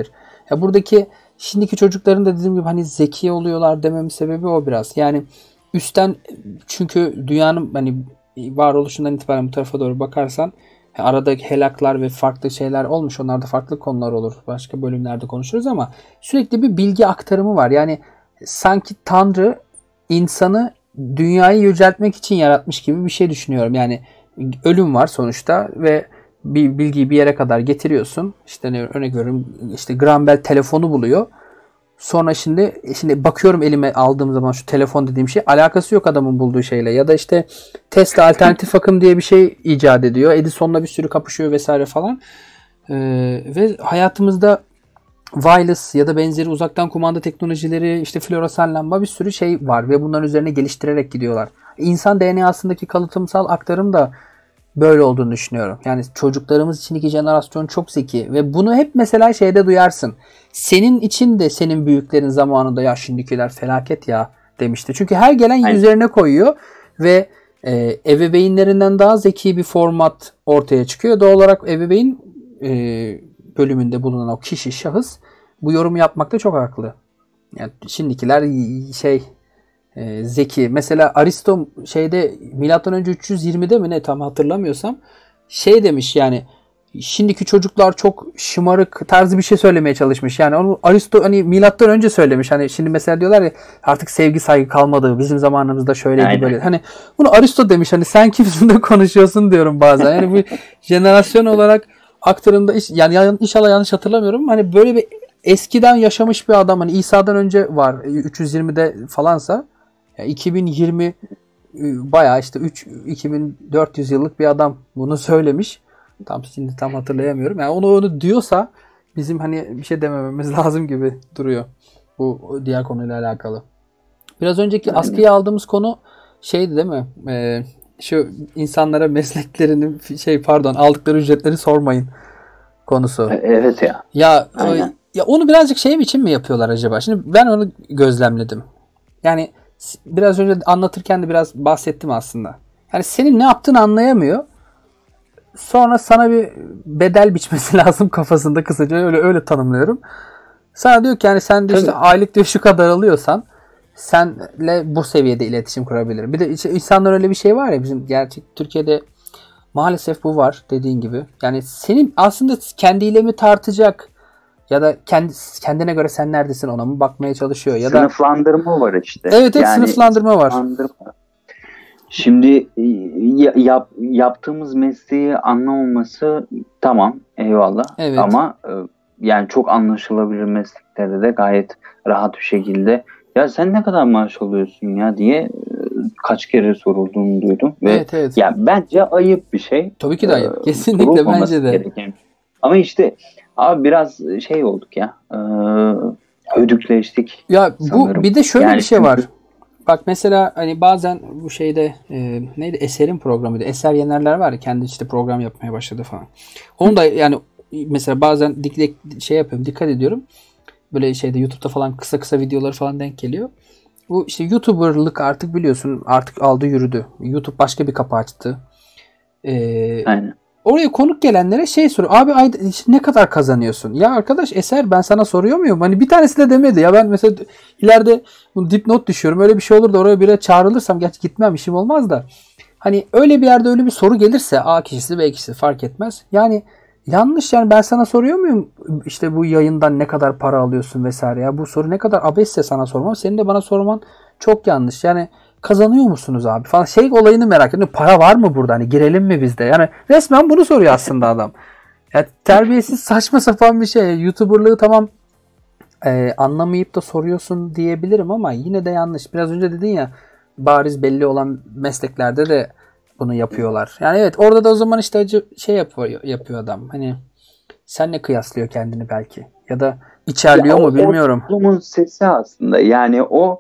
Ya buradaki şimdiki çocukların da dediğim gibi hani zeki oluyorlar dememin sebebi o biraz. Yani üstten, çünkü dünyanın hani varoluşundan itibaren bu tarafa doğru bakarsan arada helaklar ve farklı şeyler olmuş. Onlarda farklı konular olur. Başka bölümlerde konuşuruz ama sürekli bir bilgi aktarımı var. Yani sanki Tanrı insanı dünyayı yüceltmek için yaratmış gibi bir şey düşünüyorum. Yani ölüm var sonuçta ve bir bilgiyi bir yere kadar getiriyorsun. İşte örnek veriyorum, işte Graham Bell telefonu buluyor. Sonra şimdi bakıyorum elime aldığım zaman şu telefon dediğim şey alakası yok adamın bulduğu şeyle. Ya da işte Tesla alternatif akım diye bir şey icat ediyor. Edison'la bir sürü kapışıyor vesaire falan. Ve hayatımızda wireless ya da benzeri uzaktan kumanda teknolojileri, işte floresan lamba, bir sürü şey var ve bunların üzerine geliştirerek gidiyorlar. İnsan DNA'sındaki kalıtımsal aktarım da böyle olduğunu düşünüyorum. Yani çocuklarımız içindeki jenerasyon çok zeki ve bunu hep mesela şeyde duyarsın. Senin için de senin büyüklerin zamanında ya şimdikiler felaket ya demişti. Çünkü her gelen üzerine koyuyor ve ebeveynlerinden daha zeki bir format ortaya çıkıyor. Doğal olarak ebeveyn bölümünde bulunan o kişi, şahıs bu yorumu yapmakta çok haklı. Yani şimdikiler zeki. Mesela Aristo milattan önce 320'de mi ne, tam hatırlamıyorsam demiş, yani şimdiki çocuklar çok şımarık tarzı bir şey söylemeye çalışmış. Yani onu Aristo hani milattan önce söylemiş. Hani şimdi mesela diyorlar ya artık sevgi saygı kalmadı. Bizim zamanımızda şöyleydi böyle. Hani bunu Aristo demiş. Hani sen kimsin de konuşuyorsun diyorum bazen. Yani bu jenerasyon olarak aktarımda yani inşallah yanlış hatırlamıyorum. Hani böyle bir eskiden yaşamış bir adam, hani İsa'dan önce var 320'de falansa 2020 bayağı işte 2400 yıllık bir adam bunu söylemiş. Tam hatırlayamıyorum. Yani onu diyorsa bizim hani bir şey demememiz lazım gibi duruyor. Bu diğer konuyla alakalı. Biraz önceki askıya aldığımız konu şeydi değil mi? Şu insanlara mesleklerinin aldıkları ücretleri sormayın konusu.
Evet ya.
Ya onu birazcık için mi yapıyorlar acaba? Şimdi ben onu gözlemledim. Yani biraz önce anlatırken de biraz bahsettim aslında. Yani senin ne yaptığını anlayamıyor. Sonra sana bir bedel biçmesi lazım kafasında, kısaca öyle tanımlıyorum. Sana diyor ki yani sen de işte aylık diyor şu kadar alıyorsan senle bu seviyede iletişim kurabilirim. Bir de insanlar öyle bir şey var ya, bizim gerçek Türkiye'de maalesef bu var dediğin gibi. Yani senin aslında kendiyle mi tartacak ya da kendine göre sen neredesin ona mı bakmaya çalışıyor ya da
sınıflandırma var işte.
Evet, yani sınıflandırma var.
Şimdi yaptığımız mesleği anlamaması tamam, eyvallah. Evet. Ama yani çok anlaşılabilir mesleklerde de gayet rahat bir şekilde ya sen ne kadar maaş alıyorsun ya diye kaç kere sorulduğunu duydum ve
evet.
Ya bence ayıp bir şey.
Tabii ki de ayıp. Kesinlikle bence de.
Gereken. Ama işte abi biraz olduk ya. Ödükleştik.
Ya
sanırım.
Bu bir de şöyle bir şey var. Bak mesela hani bazen bu neydi, Eser'in programıydı. Eser Yenerler var ya, kendi işte program yapmaya başladı falan. Onu da yani mesela bazen yapıyorum, dikkat ediyorum. Böyle YouTube'da falan kısa videoları falan denk geliyor. Bu işte YouTuber'lık artık biliyorsun artık aldı yürüdü. YouTube başka bir kapı açtı.
Aynen.
Oraya konuk gelenlere soruyor. Abi ne kadar kazanıyorsun? Ya arkadaş Eser, ben sana soruyor muyum? Hani bir tanesi de demedi. Ya ben mesela ileride bunu dipnot düşüyorum. Öyle bir şey olur da oraya bire çağrılırsam gerçi gitmem, işim olmaz da. Hani öyle bir yerde öyle bir soru gelirse A kişisi B kişisi fark etmez. Yani yanlış, yani ben sana soruyor muyum işte bu yayından ne kadar para alıyorsun vesaire ya, bu soru ne kadar abesse sana sormam. Senin de bana sorman çok yanlış. Yani kazanıyor musunuz abi falan olayını merak ediyorum. Para var mı burada? Hani girelim mi biz de? Yani resmen bunu soruyor aslında adam. Ya terbiyesiz, saçma sapan bir şey. YouTuber'lığı tamam anlamayıp da soruyorsun diyebilirim ama yine de yanlış. Biraz önce dedin ya, bariz belli olan mesleklerde de bunu yapıyorlar. Yani evet, orada da o zaman işte yapıyor adam. Hani senle kıyaslıyor kendini belki. Ya da içerliyor mu bilmiyorum.
O toplumun sesi aslında. Yani o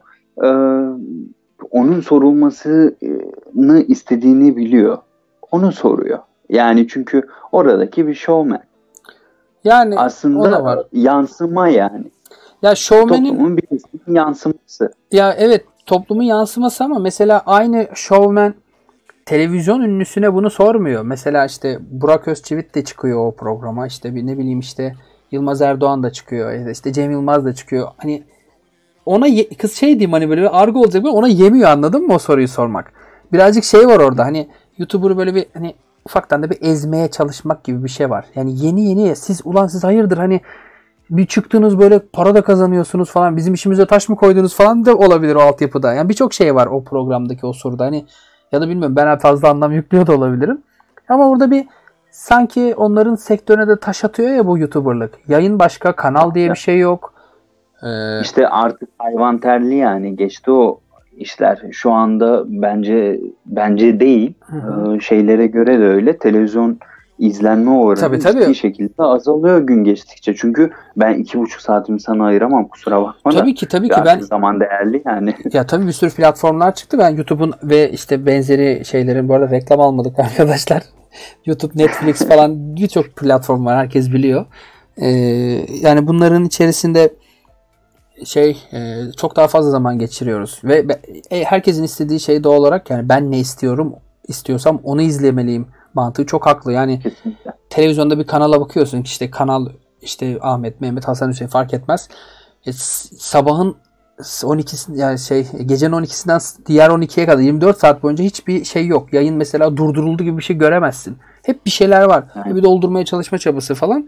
onun sorulmasını istediğini biliyor. Onu soruyor. Yani çünkü oradaki bir showman.
Yani
aslında yansıma yani.
Ya showman'in
toplumun bir yansıması.
Ya evet, toplumun yansıması ama mesela aynı showman televizyon ünlüsüne bunu sormuyor. Mesela işte Burak Özçivit de çıkıyor o programa. İşte ne bileyim işte Yılmaz Erdoğan da çıkıyor. İşte Cem Yılmaz da çıkıyor. Hani ona kız şey diyeyim hani böyle bir argo olacak böyle ona yemiyor anladın mı o soruyu sormak. Birazcık şey var orada hani YouTuber'ı böyle bir hani ufaktan da bir ezmeye çalışmak gibi bir şey var. Yani yeni siz hayırdır hani bir çıktınız böyle para da kazanıyorsunuz falan bizim işimize taş mı koydunuz falan da olabilir o altyapıda. Yani birçok şey var o programdaki o soruda hani ya da bilmiyorum ben fazla anlam yüklüyor da olabilirim. Ama orada bir sanki onların sektörüne de taş atıyor ya bu YouTuber'lık. Yayın başka, kanal diye bir şey yok.
İşte artık hayvan terli yani geçti o işler. Şu anda bence değil. Şeylere göre de öyle. Televizyon izlenme oranı ciddi şekilde azalıyor gün geçtikçe. Çünkü ben 2,5 saatimi sana ayıramam kusura bakma da.
Tabii ki ben
zaman değerli yani.
Ya tabii bir sürü platformlar çıktı. Ben YouTube'un ve işte benzeri şeylerin bu arada reklam almadık arkadaşlar. YouTube, Netflix falan birçok platform var. Herkes biliyor. Yani bunların içerisinde çok daha fazla zaman geçiriyoruz ve herkesin istediği şey doğal olarak yani ben ne istiyorsam onu izlemeliyim mantığı çok haklı. Yani kesinlikle. Televizyonda bir kanala bakıyorsun işte kanal işte Ahmet, Mehmet, Hasan, Hüseyin fark etmez. Sabahın 12'si yani gecenin 12'sinden diğer 12'ye kadar 24 saat boyunca hiçbir şey yok. Yayın mesela durduruldu gibi bir şey göremezsin. Hep bir şeyler var. Bir doldurmaya çalışma çabası falan.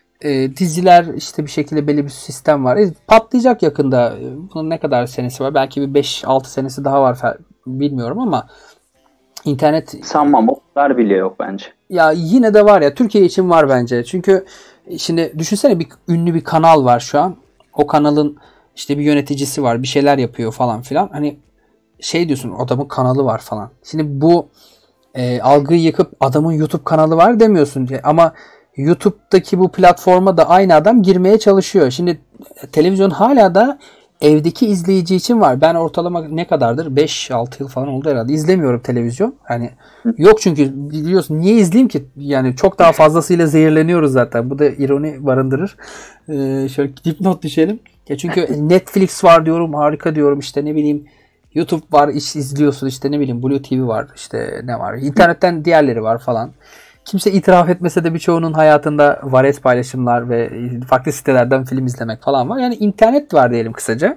Diziler işte bir şekilde belli bir sistem var. Patlayacak yakında. Bunun ne kadar senesi var? Belki bir 5-6 senesi daha var bilmiyorum ama internet
sanmam o kadar bile yok bence.
Ya yine de var ya Türkiye için var bence. Çünkü şimdi düşünsene bir ünlü bir kanal var şu an. O kanalın işte bir yöneticisi var. Bir şeyler yapıyor falan filan. Hani şey diyorsun adamın kanalı var falan. Şimdi bu algıyı yıkıp adamın YouTube kanalı var demiyorsun diye. Ama YouTube'daki bu platforma da aynı adam girmeye çalışıyor. Şimdi televizyon hala da evdeki izleyici için var. Ben ortalama ne kadardır? 5-6 yıl falan oldu herhalde. İzlemiyorum televizyon. Hani yok çünkü biliyorsun niye izleyeyim ki? Yani çok daha fazlasıyla zehirleniyoruz zaten. Bu da ironi barındırır. Şöyle dipnot düşelim. Ya çünkü Netflix var diyorum. Harika diyorum. İşte ne bileyim YouTube var. izliyorsun. İşte ne bileyim Blue TV var. İşte ne var? İnternetten diğerleri var falan. Kimse itiraf etmese de birçoğunun hayatında varet paylaşımlar ve farklı sitelerden film izlemek falan var. Yani internet var diyelim kısaca.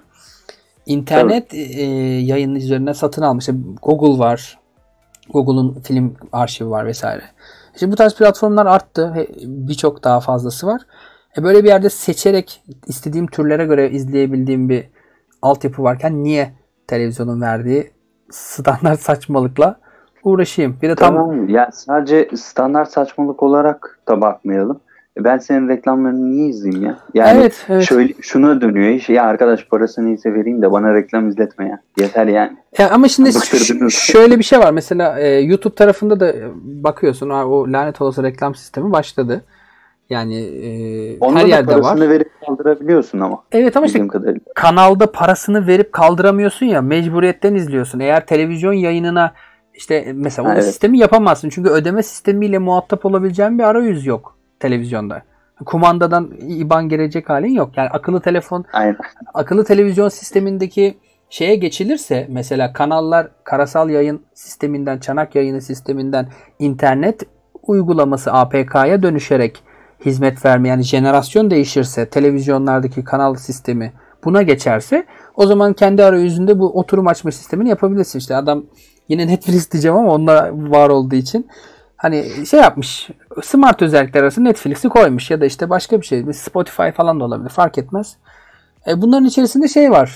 İnternet yayının üzerine satın almış. Google var. Google'un film arşivi var vesaire. Şimdi bu tarz platformlar arttı. Birçok daha fazlası var. Böyle bir yerde seçerek istediğim türlere göre izleyebildiğim bir altyapı varken niye televizyonun verdiği standart saçmalıkla uğraşayım. Bir de
tamam. Ya sadece standart saçmalık olarak da bakmayalım. Ben senin reklamlarını niye izleyeyim ya? Yani
evet.
Şöyle şuna dönüyor iş. Ya arkadaş parasını ise vereyim de bana reklam izletme ya. Yeter yani.
Ama şimdi şöyle bir şey var. Mesela YouTube tarafında da bakıyorsun o lanet olası reklam sistemi başladı. Yani her yerde var.
Parasını verip kaldırabiliyorsun ama.
Evet ama işte kanalda parasını verip kaldıramıyorsun ya mecburiyetten izliyorsun. Eğer televizyon yayınına işte mesela o sistemi yapamazsın. Çünkü ödeme sistemiyle muhatap olabileceğin bir arayüz yok televizyonda. Kumandadan IBAN girecek halin yok. Yani akıllı televizyon sistemindeki şeye geçilirse mesela kanallar karasal yayın sisteminden, çanak yayını sisteminden internet uygulaması APK'ya dönüşerek hizmet vermeyen yani jenerasyon değişirse televizyonlardaki kanal sistemi buna geçerse o zaman kendi arayüzünde bu oturum açma sistemini yapabilirsin. İşte adam yine Netflix diyeceğim ama onda var olduğu için hani şey yapmış smart özellikler arasında Netflix'i koymuş ya da işte başka bir şey Spotify falan da olabilir fark etmez. Bunların içerisinde şey var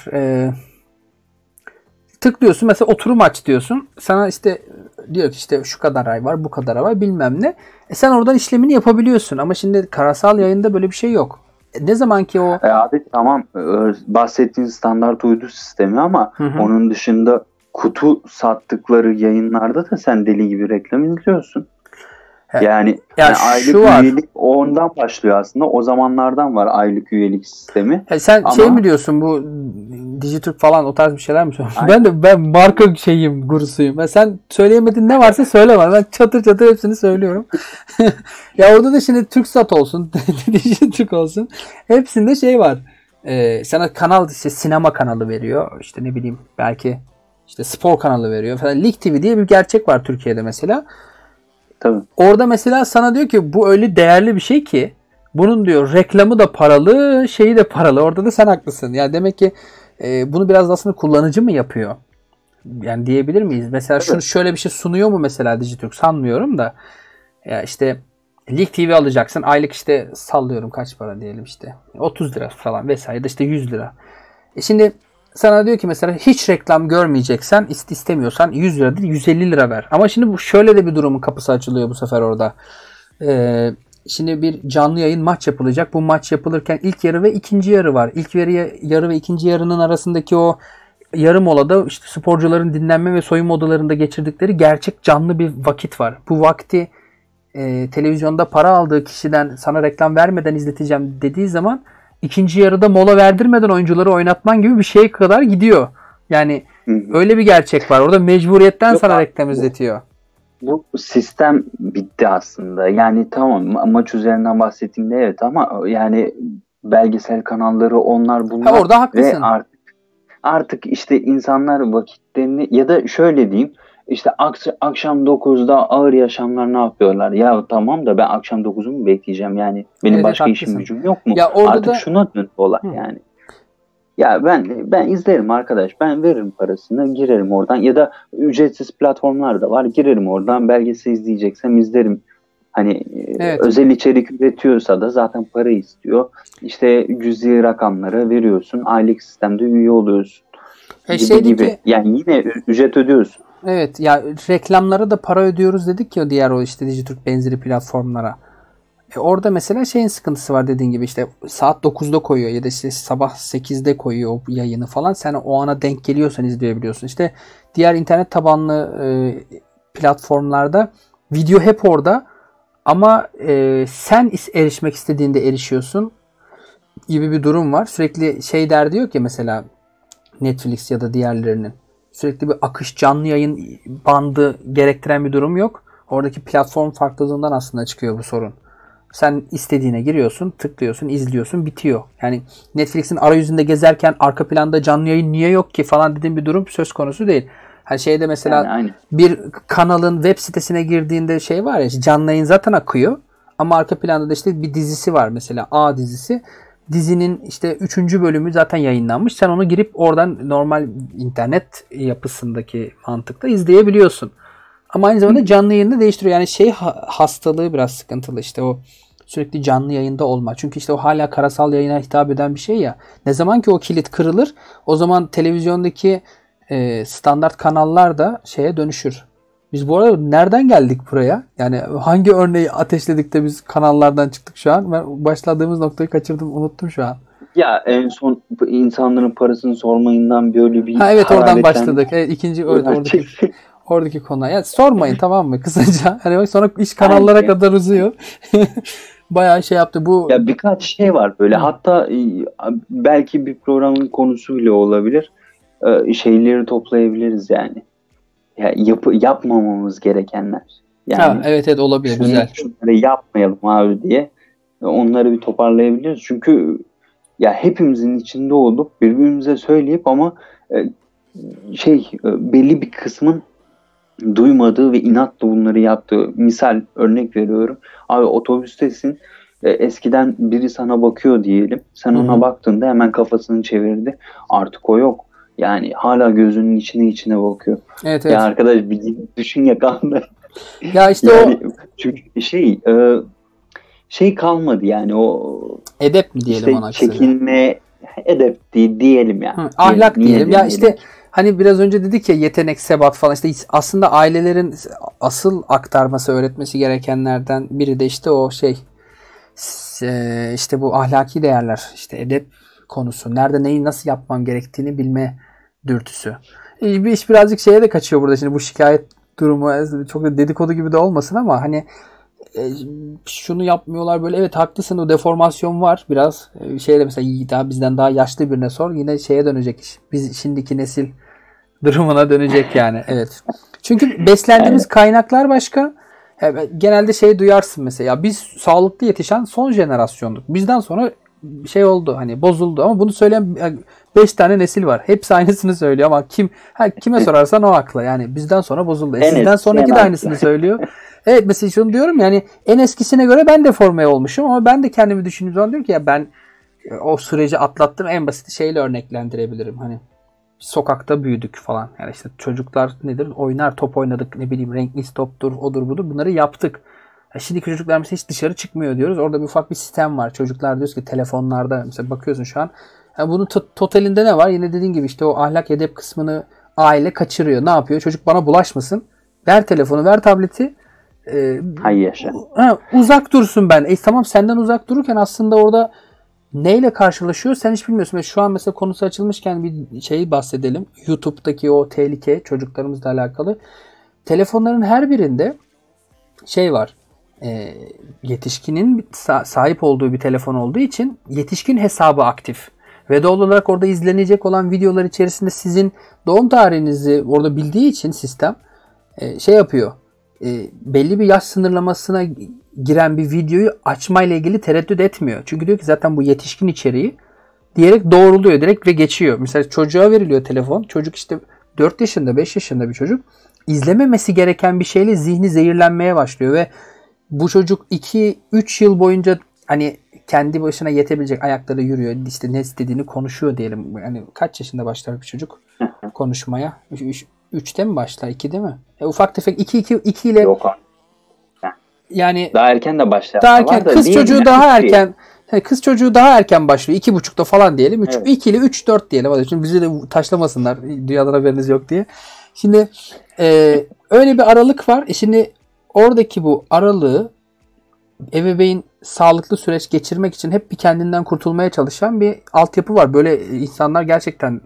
tıklıyorsun mesela oturum aç diyorsun sana işte diyor ki işte şu kadar ay var bu kadar ay var bilmem ne. Sen oradan işlemini yapabiliyorsun ama şimdi karasal yayında böyle bir şey yok. Ne zaman ki o...
Abi tamam bahsettiğin standart uydu sistemi ama onun dışında kutu sattıkları yayınlarda da sen deli gibi reklam izliyorsun. Yani aylık üyelik ondan başlıyor aslında. O zamanlardan var aylık üyelik sistemi.
Sen şey mi diyorsun bu Dijitürk falan o tarz bir şeyler mi söylüyorsun? Ben marka gurusuyum. Sen söyleyemediğin ne varsa söyleme. Ben çatır çatır hepsini söylüyorum. Ya orada da şimdi Türksat olsun, Dijitürk olsun. Hepsinde şey var. Sana kanal işte sinema kanalı veriyor. İşte ne bileyim belki işte spor kanalı veriyor falan. Lig TV diye bir gerçek var Türkiye'de mesela.
Tabii.
Orada mesela sana diyor ki bu öyle değerli bir şey ki Bunun diyor reklamı da paralı, şeyi de paralı. Orada da sen haklısın. Yani demek ki bunu biraz aslında kullanıcı mı yapıyor? Yani diyebilir miyiz? Mesela şunu şöyle bir şey sunuyor mu mesela Dijitürk? Sanmıyorum da. Ya işte Lig TV alacaksın. Aylık işte sallıyorum kaç para diyelim işte. 30 lira falan vesaire de işte 100 lira. Şimdi sana diyor ki mesela hiç reklam görmeyeceksen istemiyorsan 100 lira değil 150 lira ver. Ama şimdi bu şöyle de bir durumun kapısı açılıyor bu sefer orada. Şimdi bir canlı yayın maç yapılacak. Bu maç yapılırken ilk yarı ve ikinci yarı var. İlk yarı ve ikinci yarının arasındaki o yarım molada işte sporcuların dinlenme ve soyunma odalarında geçirdikleri gerçek canlı bir vakit var. Bu vakti televizyonda para aldığı kişiden sana reklam vermeden izleteceğim dediği zaman ikinci yarıda mola verdirmeden oyuncuları oynatman gibi bir şeye kadar gidiyor. Yani öyle bir gerçek var. Orada mecburiyetten sana reklam izletiyor.
Bu sistem bitti aslında. Yani tamam maç üzerinden bahsettiğimde evet ama yani belgesel kanalları onlar bunlar.
Orada haklısın.
Ve artık işte insanlar vakitlerini ya da şöyle diyeyim işte akşam 9'da ağır yaşamlar ne yapıyorlar? Ya tamam da ben akşam 9'u mu bekleyeceğim yani? Benim başka işim gücüm yok mu?
Ya orada
artık şuna döndü olay yani. Ya ben izlerim arkadaş. Ben veririm parasını, girerim oradan ya da ücretsiz platformlar da var. Girerim oradan belgesel izleyeceksem izlerim. Hani özel içerik üretiyorsa da zaten para istiyor. İşte cüzi rakamlara veriyorsun. Aylık sistemde üye oluyorsun. Gibi. Yani yine ücret ödüyorsun.
Evet ya reklamlara da para ödüyoruz dedik ya diğer o işte Dijitürk benzeri platformlara. Orada mesela şeyin sıkıntısı var dediğin gibi işte saat 9'da koyuyor ya da işte sabah 8'de koyuyor o yayını falan. Sen o ana denk geliyorsan izleyebiliyorsun. İşte diğer internet tabanlı platformlarda video hep orada ama sen erişmek istediğinde erişiyorsun gibi bir durum var. Sürekli şey der diyor ki mesela Netflix ya da diğerlerinin sürekli bir akış canlı yayın bandı gerektiren bir durum yok. Oradaki platform farklılığından aslında çıkıyor bu sorun. Sen istediğine giriyorsun, tıklıyorsun, izliyorsun, bitiyor. Yani Netflix'in arayüzünde gezerken arka planda canlı yayın niye yok ki falan dediğim bir durum söz konusu değil. Hani şeyde mesela yani bir kanalın web sitesine girdiğinde şey var ya canlı yayın zaten akıyor. Ama arka planda da işte bir dizisi var mesela A dizisi. Dizinin işte 3. bölümü zaten yayınlanmış. Sen onu girip oradan normal internet yapısındaki mantıkla izleyebiliyorsun. Ama aynı zamanda canlı yayını değiştiriyor. Yani şey hastalığı biraz sıkıntılı işte o sürekli canlı yayında olma. Çünkü işte o hala karasal yayına hitap eden bir şey ya. Ne zaman ki o kilit kırılır o zaman televizyondaki standart kanallar da şeye dönüşür. Biz bu arada nereden geldik buraya? Yani hangi örneği ateşledik de biz kanallardan çıktık şu an? Ben başladığımız noktayı kaçırdım, unuttum şu an.
Ya en son insanların parasını sormayından böyle bir...
evet oradan başladık. İkinci oradaki konu. Ya sormayın tamam mı kısaca. Hani sonra iş kanallara kadar uzuyor. Bayağı şey yaptı bu.
Ya birkaç şey var böyle. Hatta belki bir programın konusu bile olabilir. Şeyleri toplayabiliriz yani. Ya yapmamamız gerekenler. Yani
evet olabilir güzel.
Şunları yapmayalım abi diye onları bir toparlayabiliriz. Çünkü ya hepimizin içinde olup birbirimize söyleyip ama belli bir kısmın duymadığı ve inatla bunları yaptığı. Misal örnek veriyorum. Abi otobüstesin. Eskiden biri sana bakıyor diyelim. Sen ona baktığında hemen kafasını çevirdi. Artık o yok. Yani hala gözünün içine bakıyor.
Evet.
Ya arkadaş bir düşün yakalanda.
Ya işte
yani, çünkü şey kalmadı yani o
edep mi diyelim
işte
ona
çekinme edep diyelim yani.
Ahlak diyelim. Ya işte hani biraz önce dedik ya yetenek, sebat falan işte aslında ailelerin asıl aktarması, öğretmesi gerekenlerden biri de işte o şey işte bu ahlaki değerler, işte edep konusu. Nerede neyi nasıl yapmam gerektiğini bilme dürtüsü. Bir iş birazcık şeye de kaçıyor burada şimdi bu şikayet durumu çok dedikodu gibi de olmasın ama hani şunu yapmıyorlar böyle evet haklısın o deformasyon var biraz şeyde mesela bizden daha yaşlı birine sor yine şeye dönecek iş. Biz şimdiki nesil durumuna dönecek yani evet. Çünkü beslendiğimiz kaynaklar başka. Genelde şey duyarsın mesela biz sağlıklı yetişen son jenerasyonduk. Bizden sonra şey oldu hani bozuldu ama bunu söyleyen 5 tane nesil var. Hepsi aynısını söylüyor ama kime sorarsan o haklı. Yani bizden sonra bozuldu. Sizden sonraki de aynısını söylüyor. Evet, mesela şunu diyorum yani en eskisine göre ben de formaya olmuşum ama ben de kendimi düşündüğüm zaman diyorum ki ya ben o süreci atlattım, en basit şeyle örneklendirebilirim. Hani sokakta büyüdük falan. Yani işte çocuklar nedir? Oynar, top oynadık, ne bileyim renkli toptur, odur budur. Bunları yaptık. Şimdiki çocuklar mesela hiç dışarı çıkmıyor diyoruz. Orada bir ufak bir sistem var. Çocuklar diyoruz ki telefonlarda mesela bakıyorsun şu an. Yani bunun totalinde ne var? Yine dediğin gibi işte o ahlak edep kısmını aile kaçırıyor. Ne yapıyor? Çocuk bana bulaşmasın. Ver telefonu, ver tableti.
Hay yaşa.
Uzak dursun ben. Tamam, senden uzak dururken aslında orada neyle karşılaşıyor sen hiç bilmiyorsun. Ve şu an mesela konusu açılmışken bir şeyi bahsedelim. YouTube'daki o tehlike çocuklarımızla alakalı. Telefonların her birinde şey var. Yetişkinin sahip olduğu bir telefon olduğu için yetişkin hesabı aktif. Ve doğal olarak orada izlenecek olan videolar içerisinde sizin doğum tarihinizi orada bildiği için sistem şey yapıyor. Belli bir yaş sınırlamasına giren bir videoyu açmayla ilgili tereddüt etmiyor. Çünkü diyor ki zaten bu yetişkin içeriği diyerek doğruluyor direkt ve geçiyor. Mesela çocuğa veriliyor telefon. Çocuk işte 4 yaşında 5 yaşında bir çocuk. İzlememesi gereken bir şeyle zihni zehirlenmeye başlıyor ve bu çocuk 2-3 yıl boyunca hani kendi başına yetebilecek, ayakları yürüyor, işte ne istediğini konuşuyor diyelim. Yani kaç yaşında başlar bir çocuk konuşmaya? 3'te mi başlar? 2'de mi? Ufak tefek 2 ile
yok abi.
Yani
daha erken de başlar.
Daha erken, kız çocuğu daha erken. Kız çocuğu daha erken başlıyor. 2,5'ta falan diyelim. 2 ile 3-4 diyelim. Hadi şimdi bizi de taşlamasınlar. Dünyadan haberiniz yok diye. Şimdi öyle bir aralık var. Şimdi oradaki bu aralığı ebeveyn sağlıklı süreç geçirmek için hep bir kendinden kurtulmaya çalışan bir altyapı var. Böyle insanlar gerçekten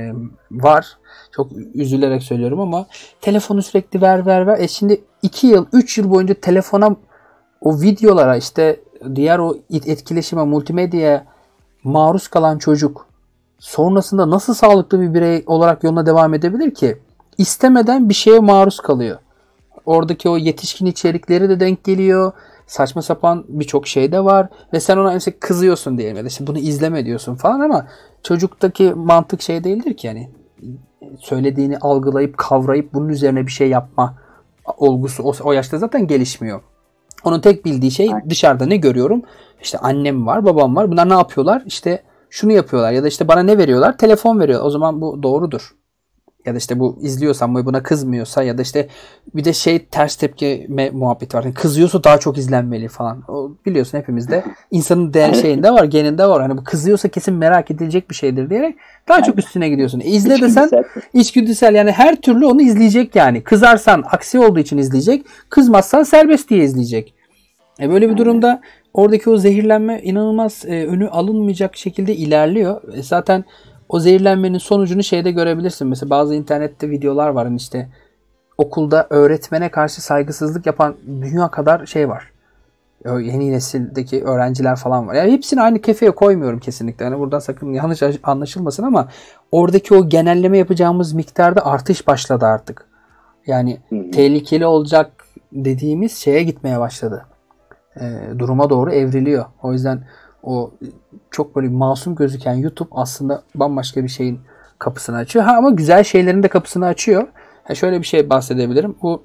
var. Çok üzülerek söylüyorum ama telefonu sürekli ver. Şimdi 2 yıl, 3 yıl boyunca telefona, o videolara, işte diğer o etkileşime, multimedyaya maruz kalan çocuk sonrasında nasıl sağlıklı bir birey olarak yoluna devam edebilir ki? İstemeden bir şeye maruz kalıyor. Oradaki o yetişkin içerikleri de denk geliyor. Saçma sapan birçok şey de var. Ve sen ona mesela kızıyorsun diyelim ya da işte bunu izleme diyorsun falan ama çocuktaki mantık şey değildir ki yani. Söylediğini algılayıp kavrayıp bunun üzerine bir şey yapma olgusu o yaşta zaten gelişmiyor. Onun tek bildiği şey dışarıda ne görüyorum? İşte annem var, babam var. Bunlar ne yapıyorlar? İşte şunu yapıyorlar ya da işte bana ne veriyorlar? Telefon veriyor. O zaman bu doğrudur. Ya da işte bu izliyorsam buna kızmıyorsa ya da işte bir de şey ters tepki muhabbeti var. Yani kızıyorsa daha çok izlenmeli falan. O biliyorsun hepimizde insanın değer şeyinde var, geninde var. Hani bu kızıyorsa kesin merak edilecek bir şeydir diyerek daha çok üstüne gidiyorsun. İzle desen içgüdüsel yani her türlü onu izleyecek yani. Kızarsan aksi olduğu için izleyecek. Kızmazsan serbest diye izleyecek. Böyle bir durumda oradaki o zehirlenme inanılmaz önü alınmayacak şekilde ilerliyor. Zaten o zehirlenmenin sonucunu şeyde görebilirsin. Mesela bazı internette videolar var. Hani işte okulda öğretmene karşı saygısızlık yapan dünya kadar şey var. Yeni nesildeki öğrenciler falan var. Yani hepsini aynı kefeye koymuyorum kesinlikle. Yani buradan sakın yanlış anlaşılmasın ama oradaki o genelleme yapacağımız miktarda artış başladı artık. Yani tehlikeli olacak dediğimiz şeye gitmeye başladı. Duruma doğru evriliyor. O yüzden o çok böyle masum gözüken YouTube aslında bambaşka bir şeyin kapısını açıyor. Ama güzel şeylerin de kapısını açıyor. Şöyle bir şey bahsedebilirim. Bu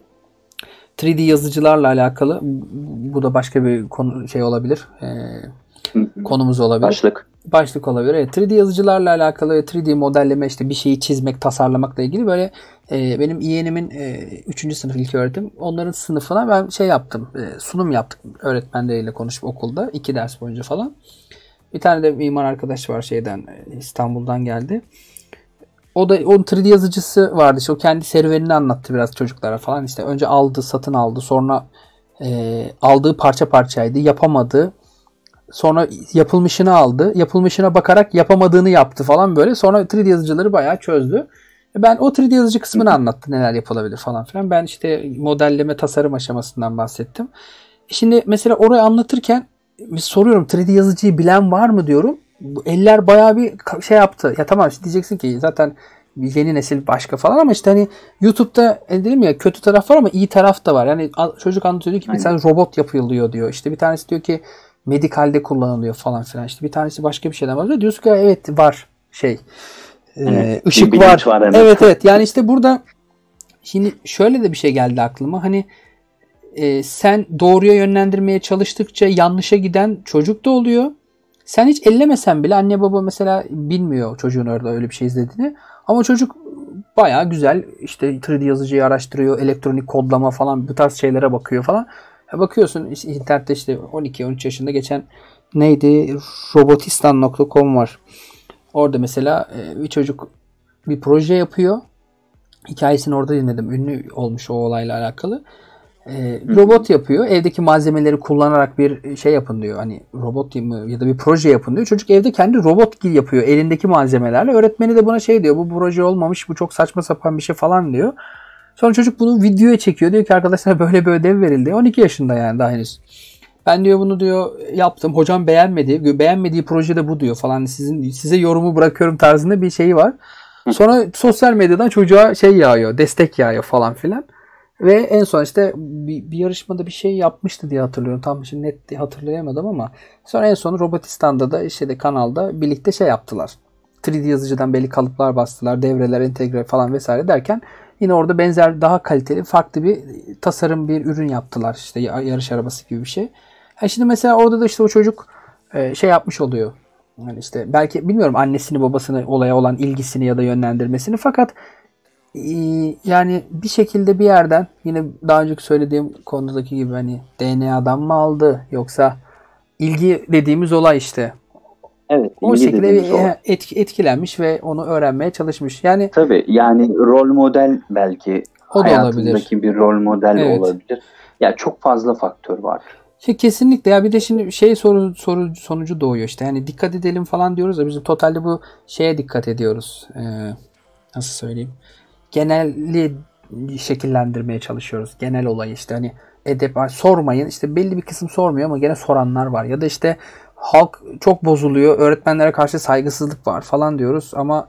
3D yazıcılarla alakalı, bu da başka bir konu şey olabilir. Konumuz olabilir. Başlık olabilir. Evet, 3D yazıcılarla alakalı ve 3D modelleme, işte bir şeyi çizmek, tasarlamakla ilgili böyle benim yeğenimin 3. sınıf ilköğretim, onların sınıfına ben şey yaptım. Sunum yaptık öğretmenleriyle konuşup okulda 2 ders boyunca falan. Bir tane de mimar arkadaş var şeyden, İstanbul'dan geldi. O da onun 3D yazıcısı vardı. İşte o kendi serüvenini anlattı biraz çocuklara falan. İşte önce aldı, satın aldı. Sonra aldığı parça parçaydı. Yapamadı. Sonra yapılmışını aldı. Yapılmışına bakarak yapamadığını yaptı falan böyle. Sonra 3D yazıcıları bayağı çözdü. Ben o 3D yazıcı kısmını anlattı. Neler yapılabilir falan filan. Ben işte modelleme, tasarım aşamasından bahsettim. Şimdi mesela orayı anlatırken soruyorum, 3D yazıcıyı bilen var mı diyorum. Eller bayağı bir şey yaptı. Ya tamam, işte diyeceksin ki zaten yeni nesil başka falan ama işte hani YouTube'da dedim ya, kötü taraf var ama iyi taraf da var. Yani çocuk anlatıyor, diyor ki mesela robot yapılıyor diyor. İşte bir tanesi diyor ki medikalde kullanılıyor falan filan. İşte bir tanesi başka bir şeyden bahsediyor. Diyorsun ki evet var şey. Işık var. Evet. Yani işte burada şimdi şöyle de bir şey geldi aklıma. Hani sen doğruya yönlendirmeye çalıştıkça yanlışa giden çocuk da oluyor. Sen hiç ellemesen bile anne baba mesela bilmiyor çocuğun orada öyle bir şey izlediğini. Ama çocuk bayağı güzel işte 3D yazıcıyı araştırıyor, elektronik kodlama falan bu tarz şeylere bakıyor falan. Bakıyorsun işte internette işte 12-13 yaşında geçen neydi robotistan.com var. Orada mesela bir çocuk bir proje yapıyor. Hikayesini orada dinledim. Ünlü olmuş o olayla alakalı. Robot yapıyor. Evdeki malzemeleri kullanarak bir şey yapın diyor. Hani robot ya da bir proje yapın diyor. Çocuk evde kendi robot gibi yapıyor. Elindeki malzemelerle. Öğretmeni de buna şey diyor. Bu proje olmamış. Bu çok saçma sapan bir şey falan diyor. Sonra çocuk bunu videoya çekiyor. Diyor ki arkadaşlar böyle bir ödev verildi. 12 yaşında yani daha henüz. Ben diyor bunu diyor yaptım. Hocam beğenmedi. Beğenmediği proje de bu diyor falan. Size yorumu bırakıyorum tarzında bir şeyi var. Sonra sosyal medyadan çocuğa şey yağıyor. Destek yağıyor falan filan. Ve en son işte bir yarışmada bir şey yapmıştı diye hatırlıyorum. Tam şimdi net diye hatırlayamadım ama sonra en son Robotistan'da da işte de kanalda birlikte şey yaptılar. 3D yazıcıdan belli kalıplar bastılar. Devreler entegre falan vesaire derken yine orada benzer daha kaliteli farklı bir tasarım bir ürün yaptılar. İşte yarış arabası gibi bir şey. Şimdi mesela orada da işte o çocuk şey yapmış oluyor. Yani işte belki bilmiyorum annesini babasını olaya olan ilgisini ya da yönlendirmesini fakat yani bir şekilde bir yerden yine daha önceki söylediğim konudaki gibi hani DNA'dan mı aldı yoksa ilgi dediğimiz olay işte.
Evet,
O
ilgi
şekilde
dediğimiz olay.
etkilenmiş ve onu öğrenmeye çalışmış. Yani
Tabii yani rol model belki
o da olabilir.
hayatındaki bir rol model
Evet.
olabilir. Ya çok fazla faktör var.
Kesinlikle ya bir de şimdi şey sonucu doğuyor işte. Yani dikkat edelim falan diyoruz ya bizim totalde bu şeye dikkat ediyoruz. Nasıl söyleyeyim? Geneli şekillendirmeye çalışıyoruz. Genel olayı işte hani edep sormayın. İşte belli bir kısım sormuyor ama gene soranlar var. Ya da işte halk çok bozuluyor. Öğretmenlere karşı saygısızlık var falan diyoruz ama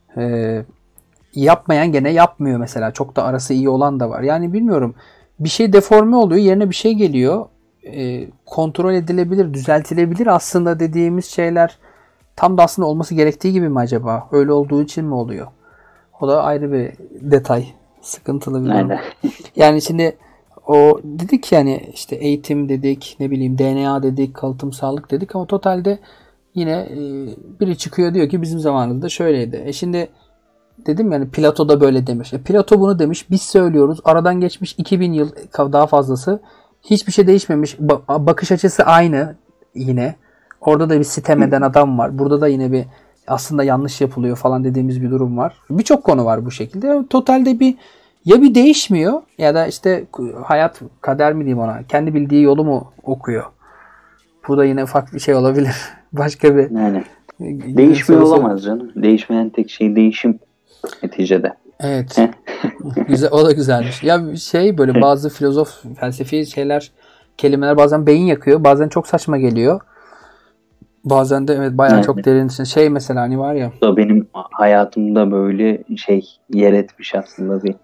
yapmayan gene yapmıyor mesela. Çok da arası iyi olan da var. Yani bilmiyorum. Bir şey deforme oluyor. Yerine bir şey geliyor. Kontrol edilebilir, düzeltilebilir aslında dediğimiz şeyler tam da aslında olması gerektiği gibi mi acaba? Öyle olduğu için mi oluyor? O da ayrı bir detay. Sıkıntılı bir durum.
Aynen.
Yani şimdi o dedik yani işte eğitim dedik, ne bileyim DNA dedik, kalıtım sağlık dedik ama totalde yine biri çıkıyor diyor ki bizim zamanımızda şöyleydi. Şimdi dedim yani Plato da böyle demiş. Plato bunu demiş. Biz söylüyoruz. Aradan geçmiş 2000 yıl daha fazlası. Hiçbir şey değişmemiş. Bakış açısı aynı yine. Orada da bir sitem eden adam var. Burada da yine bir aslında yanlış yapılıyor falan dediğimiz bir durum var. Birçok konu var bu şekilde. Totalde bir değişmiyor ya da işte hayat kader mi diyeyim ona. Kendi bildiği yolu mu okuyor. Bu da yine ufak bir şey olabilir. Başka bir
Yani değişmiyor olamaz canım. Değişmeyen tek şey değişim neticede.
Evet. Güzel, o da güzelmiş. Ya şey böyle bazı felsefi şeyler, kelimeler bazen beyin yakıyor. Bazen çok saçma geliyor. Bazen de evet bayağı çok derin. Şey mesela hani var ya.
Bu da benim hayatımda böyle yer etmiş aslında bir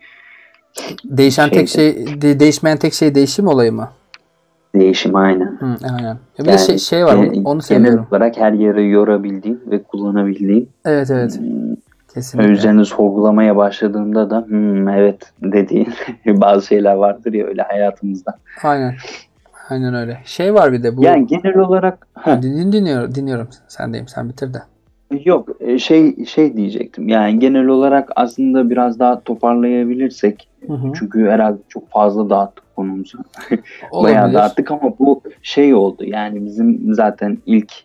değişmeyen tek şey değişim olayı mı?
Değişim aynen.
Aynen. Bir de şey var onu seviyorum.
Genel olarak her yere yorabildiğin ve kullanabildiğin.
Evet. Kesinlikle.
Üzerine sorgulamaya başladığında da evet dediğin bazı şeyler vardır ya öyle hayatımızda.
Aynen öyle. Şey var bir de bu.
Yani genel olarak
dinliyorum. Sen bitir de.
Yok şey diyecektim. Yani genel olarak aslında biraz daha toparlayabilirsek. Çünkü herhalde çok fazla dağıttık konumuzu. Bayağı dağıttık ama bu şey oldu. Yani bizim zaten ilk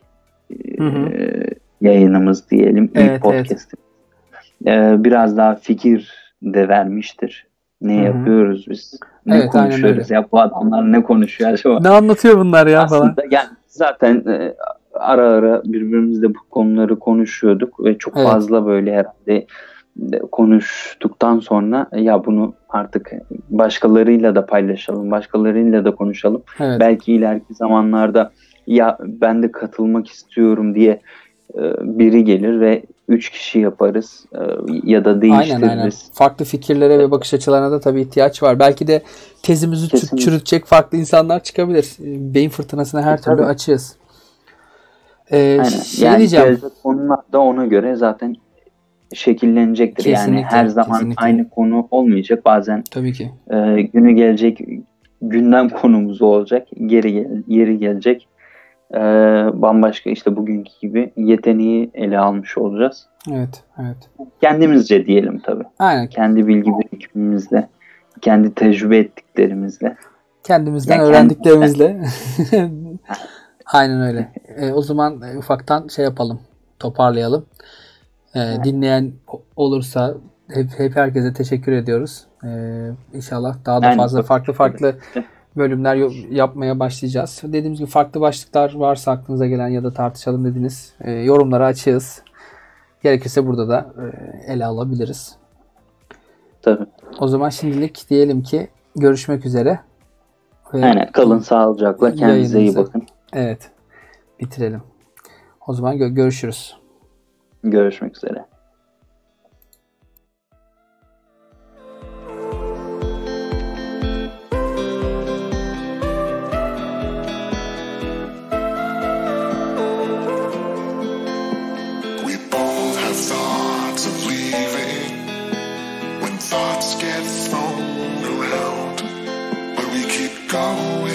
yayınımız diyelim. İlk podcast'imiz. Biraz daha fikir de vermiştir. Ne yapıyoruz biz? Ne konuşuyoruz ya? Bu adamlar ne konuşuyor acaba?
Ne anlatıyor bunlar ya
aslında
falan.
Yani zaten ara ara birbirimizle bu konuları konuşuyorduk ve çok fazla böyle herhalde konuştuktan sonra ya bunu artık başkalarıyla da paylaşalım, başkalarıyla da konuşalım.
Evet.
Belki ileriki zamanlarda ya ben de katılmak istiyorum diye biri gelir ve 3 kişi yaparız ya da değiştiririz.
Aynen. Farklı fikirlere ve bakış açılarına da tabii ihtiyaç var. Belki de tezimizi çürütecek farklı insanlar çıkabilir. Beyin fırtınasına her türlü açığız.
Yani diyeceğim. Konular da ona göre zaten şekillenecektir. Yani her zaman aynı konu olmayacak. Bazen
tabii ki.
Günü gelecek gündem konumuz olacak. Yeri gelecek. Bambaşka işte bugünkü gibi yeteneği ele almış olacağız.
Evet.
Kendimizce diyelim tabii.
Aynen.
Kendi bilgi birikimimizle, kendi tecrübe ettiklerimizle.
Kendimizden öğrendiklerimizle. Aynen öyle. O zaman ufaktan şey yapalım. Toparlayalım. Dinleyen olursa hep herkese teşekkür ediyoruz. İnşallah daha da fazla farklı bölümler yapmaya başlayacağız. Dediğimiz gibi farklı başlıklar varsa aklınıza gelen ya da tartışalım dediniz. Yorumlara açığız. Gerekirse burada da ele alabiliriz.
Tabii.
O zaman şimdilik diyelim ki görüşmek üzere.
Aynen. Kalın sağlıcakla. Kendinize iyi bakın.
Evet. Bitirelim. O zaman görüşürüz.
Görüşmek üzere.
Thoughts get thrown around, but we keep going.